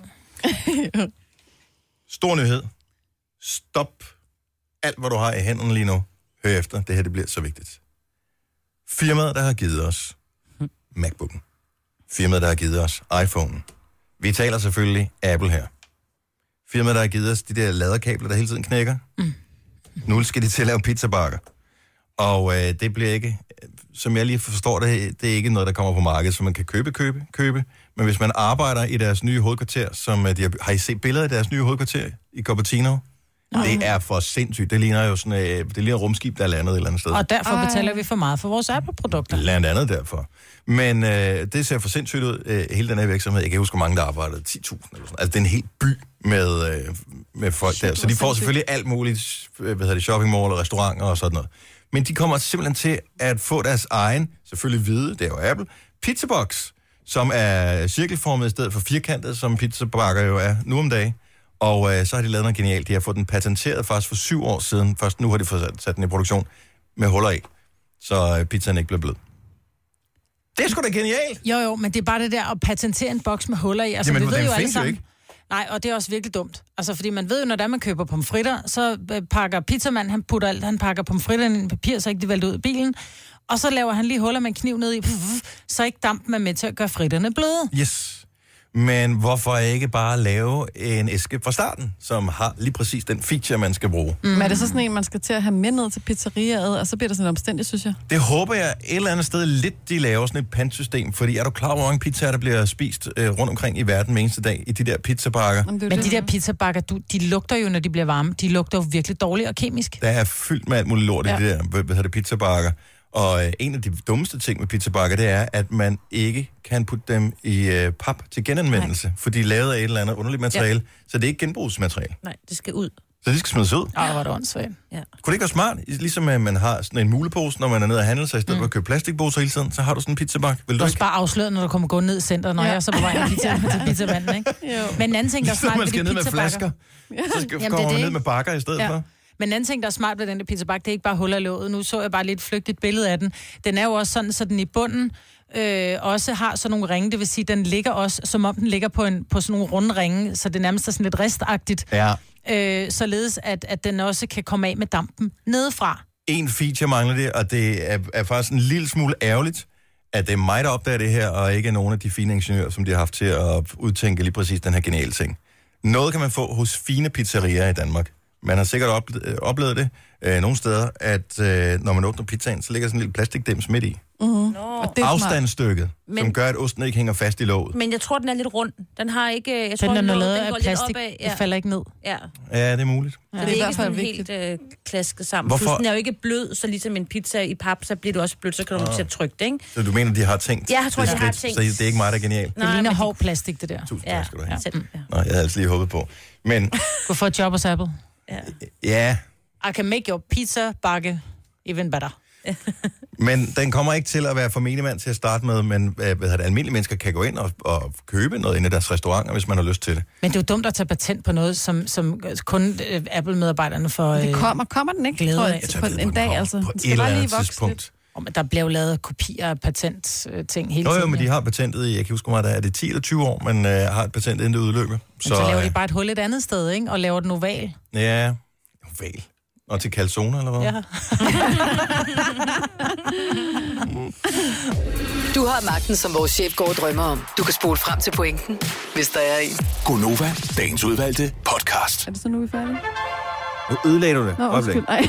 [SPEAKER 1] Stor nyhed. Stop alt, hvad du har i hænderne lige nu. Hør efter. Det her, det bliver så vigtigt. Firmaet, der har givet os MacBook'en. Firmaet, der har givet os iPhone'en. Vi taler selvfølgelig Apple her. Firmaet, der har givet os de der laderkabler, der hele tiden knækker. Nu skal de til at lave pizzabakker. Og det bliver ikke, som jeg lige forstår det, det er ikke noget, der kommer på markedet, så man kan købe. Men hvis man arbejder i deres nye hovedkvarter, som har I set billeder af deres nye hovedkvarter i Cupertino? Det er for sindssygt. Det ligner jo sådan det ligner et rumskib, der er landet et eller andet sted.
[SPEAKER 2] Og derfor betaler vi for meget for vores Apple-produkter.
[SPEAKER 1] Blandt andet derfor. Men det ser for sindssygt ud, hele den her virksomhed. Jeg kan huske, hvor mange der arbejdede. 10.000 eller sådan. Altså, det er en helt by med folk der. Så de får selvfølgelig alt muligt, shopping mall og restauranter og sådan noget. Men de kommer simpelthen til at få deres egen, selvfølgelig hvide, det er jo Apple, pizzabox, som er cirkelformet i stedet for firkantet, som pizzabakker jo er nu om dagen. Og så har de lavet noget genialt. De har fået den patenteret faktisk for 7 år siden. Først nu har de fået sat den i produktion med huller i, så pizzaen ikke bliver blød. Det er sgu da genialt!
[SPEAKER 2] Jo, men det er bare det der at patentere en boks med huller i. Altså,
[SPEAKER 1] jamen,
[SPEAKER 2] vi ved jo alle
[SPEAKER 1] sammen. Ikke.
[SPEAKER 2] Nej, og det er også virkelig dumt. Altså, fordi man ved jo, når man køber pomfritter, så pakker pizzamanden, han pakker pomfritterne i en papir, så ikke de vælter ud af bilen. Og så laver han lige huller med en kniv ned i, så ikke dampen er med til at gøre fritterne bløde.
[SPEAKER 1] Yes. Men hvorfor ikke bare lave en æske fra starten, som har lige præcis den feature, man skal bruge?
[SPEAKER 4] Men er det så sådan en, man skal til at have med ned til pizzeriaet, og så bliver det sådan omstændigt, synes jeg?
[SPEAKER 1] Det håber jeg et eller andet sted lidt, de laver sådan et pantsystem, fordi er du klar over, hvor mange pizzaer, der bliver spist rundt omkring i verden hver eneste dag i de der pizzabakker?
[SPEAKER 2] Men de der pizzabakker, de lugter jo, når de bliver varme. De lugter jo virkelig dårligt og kemisk.
[SPEAKER 1] Der er fyldt med alt muligt lort i de der pizzabakker. Og en af de dummeste ting med pizzabakker, det er, at man ikke kan putte dem i pap til genanvendelse, for de er lavet af et eller andet underligt materiale, så det er ikke genbrugsmateriale.
[SPEAKER 3] Nej, det skal ud.
[SPEAKER 1] Så de skal smides ud.
[SPEAKER 2] Hvor er det åndssvagt.
[SPEAKER 3] Ja.
[SPEAKER 1] Kunne det ikke være smart? Ligesom at man har sådan en mulepose, når man er nede at handle, så i stedet for at købe plastikposer hele tiden, så har du sådan en pizzabak. Vil du
[SPEAKER 2] også
[SPEAKER 1] ikke?
[SPEAKER 2] bare afsløre, når du kommer gå ned i centret, når jeg er så på vej til pizzamanden, ikke? Jo. Men en anden ting, der er smart ved de pizzabakker...
[SPEAKER 1] Man skal ned med flasker, så kommer man ned med bakker i stedet for.
[SPEAKER 2] Men en anden ting, der er smart ved den der pizzabak, det er ikke bare huller i låget. Nu så jeg bare lidt flygtigt billede af den. Den er jo også sådan, så den i bunden også har sådan nogle ringe. Det vil sige, den ligger også, som om den ligger på sådan nogle runde ringe, så det nærmest er sådan lidt ristagtigt.
[SPEAKER 1] Ja.
[SPEAKER 2] Således, at den også kan komme af med dampen nedefra.
[SPEAKER 1] En feature mangler det, og det er faktisk en lille smule ærgerligt, at det er mig, der opdager det her, og ikke nogen af de fine ingeniører, som de har haft til at udtænke lige præcis den her geniale ting. Noget kan man få hos fine pizzerier i Danmark. Man har sikkert oplevet det nogle steder, at når man åbner pizzaen, så ligger sådan en lille plastikdims midt i.
[SPEAKER 3] Mm-hmm.
[SPEAKER 1] Afstandsstykket, som gør, at osten ikke hænger fast i låget.
[SPEAKER 3] Men jeg tror, den er lidt rund. Den har ikke... Jeg tror,
[SPEAKER 2] den er lavet
[SPEAKER 3] af
[SPEAKER 2] plastik. Det falder ikke ned.
[SPEAKER 3] Ja.
[SPEAKER 1] Ja, det er muligt.
[SPEAKER 3] Så det er ikke sådan helt klasket sammen.
[SPEAKER 1] Hvorfor?
[SPEAKER 3] Den er jo ikke blød, så ligesom en pizza i pap, så bliver du også blød, så kan du til at trykke det, ikke?
[SPEAKER 1] Så du mener, de har tænkt?
[SPEAKER 3] Ja, jeg tror, de har tænkt.
[SPEAKER 1] Så det er ikke mig, der er genial?
[SPEAKER 2] Det ligner hård plastik, det der.
[SPEAKER 1] Tusind tak skal du have.
[SPEAKER 3] Ja.
[SPEAKER 1] Nå, jeg havde altså lige håbet på. Men...
[SPEAKER 2] Gå for et job hos Apple.
[SPEAKER 1] Ja.
[SPEAKER 2] I can make your pizza bakke even better.
[SPEAKER 1] Men den kommer ikke til at være for menigmand til at starte med, men almindelige mennesker kan gå ind og købe noget inde i deres restauranter, hvis man har lyst til det.
[SPEAKER 2] Men det er jo dumt at tage patent på noget, som kun Apple-medarbejderne får
[SPEAKER 4] det kommer den ikke,
[SPEAKER 2] glæde af.
[SPEAKER 4] På en dag, altså.
[SPEAKER 1] På et eller andet tidspunkt.
[SPEAKER 2] Men der bliver jo lavet kopier af patentting hele tiden.
[SPEAKER 1] Jo, men de har patentet i, jeg kan huske, hvor meget er det 10 eller 20 år, men har et patent inden det udløber.
[SPEAKER 2] Så laver de bare et hul et andet sted, ikke? Og laver den oval.
[SPEAKER 1] Ja, oval. Og til calzone, eller hvad?
[SPEAKER 2] Ja.
[SPEAKER 5] Du har magten, som vores chef går og drømmer om. Du kan spole frem til pointen, hvis der er en.
[SPEAKER 6] Gonova, dagens udvalgte podcast.
[SPEAKER 4] Er det så nu, vi er færdige?
[SPEAKER 1] Nu ødelagde du det.
[SPEAKER 4] Nå, undskyld. Ej.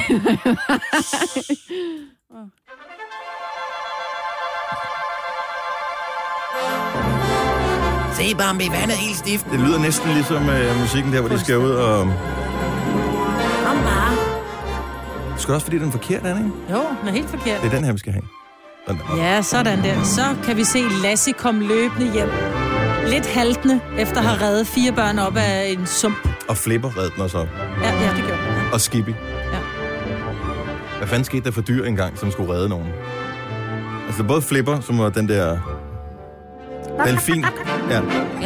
[SPEAKER 1] Se, Bambi, vandet er helt stift. Det lyder næsten ligesom musikken der, hvor de skal ud og...
[SPEAKER 3] Kom bare.
[SPEAKER 1] Det skal også, fordi den er forkert, er det ikke?
[SPEAKER 2] Jo, den er helt forkert.
[SPEAKER 1] Det er den her, vi skal have.
[SPEAKER 2] Ja, sådan der. Så kan vi se Lassie komme løbende hjem. Lidt haltende, efter at have reddet 4 børn op af en sump.
[SPEAKER 1] Og Flipper redde den også op.
[SPEAKER 2] Ja, det gjorde den.
[SPEAKER 1] Og Skippy.
[SPEAKER 2] Ja.
[SPEAKER 1] Hvad fanden skete der for dyr engang, som skulle redde nogen? Altså både Flipper, som var den der... delfin. Ja.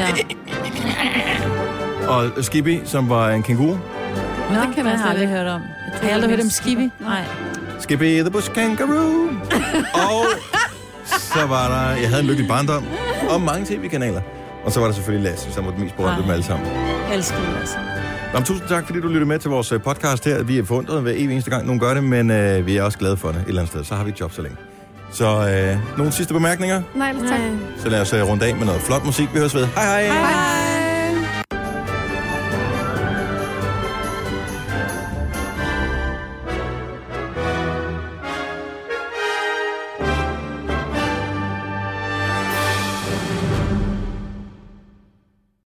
[SPEAKER 1] Og Skippy, som var en kænguru.
[SPEAKER 3] Nå, det kan man aldrig hørt om.
[SPEAKER 2] Har jeg aldrig hørt om Skippy?
[SPEAKER 3] Nej.
[SPEAKER 1] Skippy the Bush Kangaroo. Og så var der... Jeg havde en lykkelig barndom. Og mange tv-kanaler. Og så var der selvfølgelig Lasse, som var den mest berømte dem alle sammen.
[SPEAKER 2] Jeg elsker Lasse.
[SPEAKER 1] Tusind tak, fordi du lyttede med til vores podcast her. Vi er forundret hver eneste gang, nogen gør det, men vi er også glade for det et eller andet sted. Så har vi et job så længe. Så nogle sidste bemærkninger?
[SPEAKER 4] Nej, tak.
[SPEAKER 1] Så lad os runde af med noget flot musik. Vi høres ved. Hej hej!
[SPEAKER 4] Hej.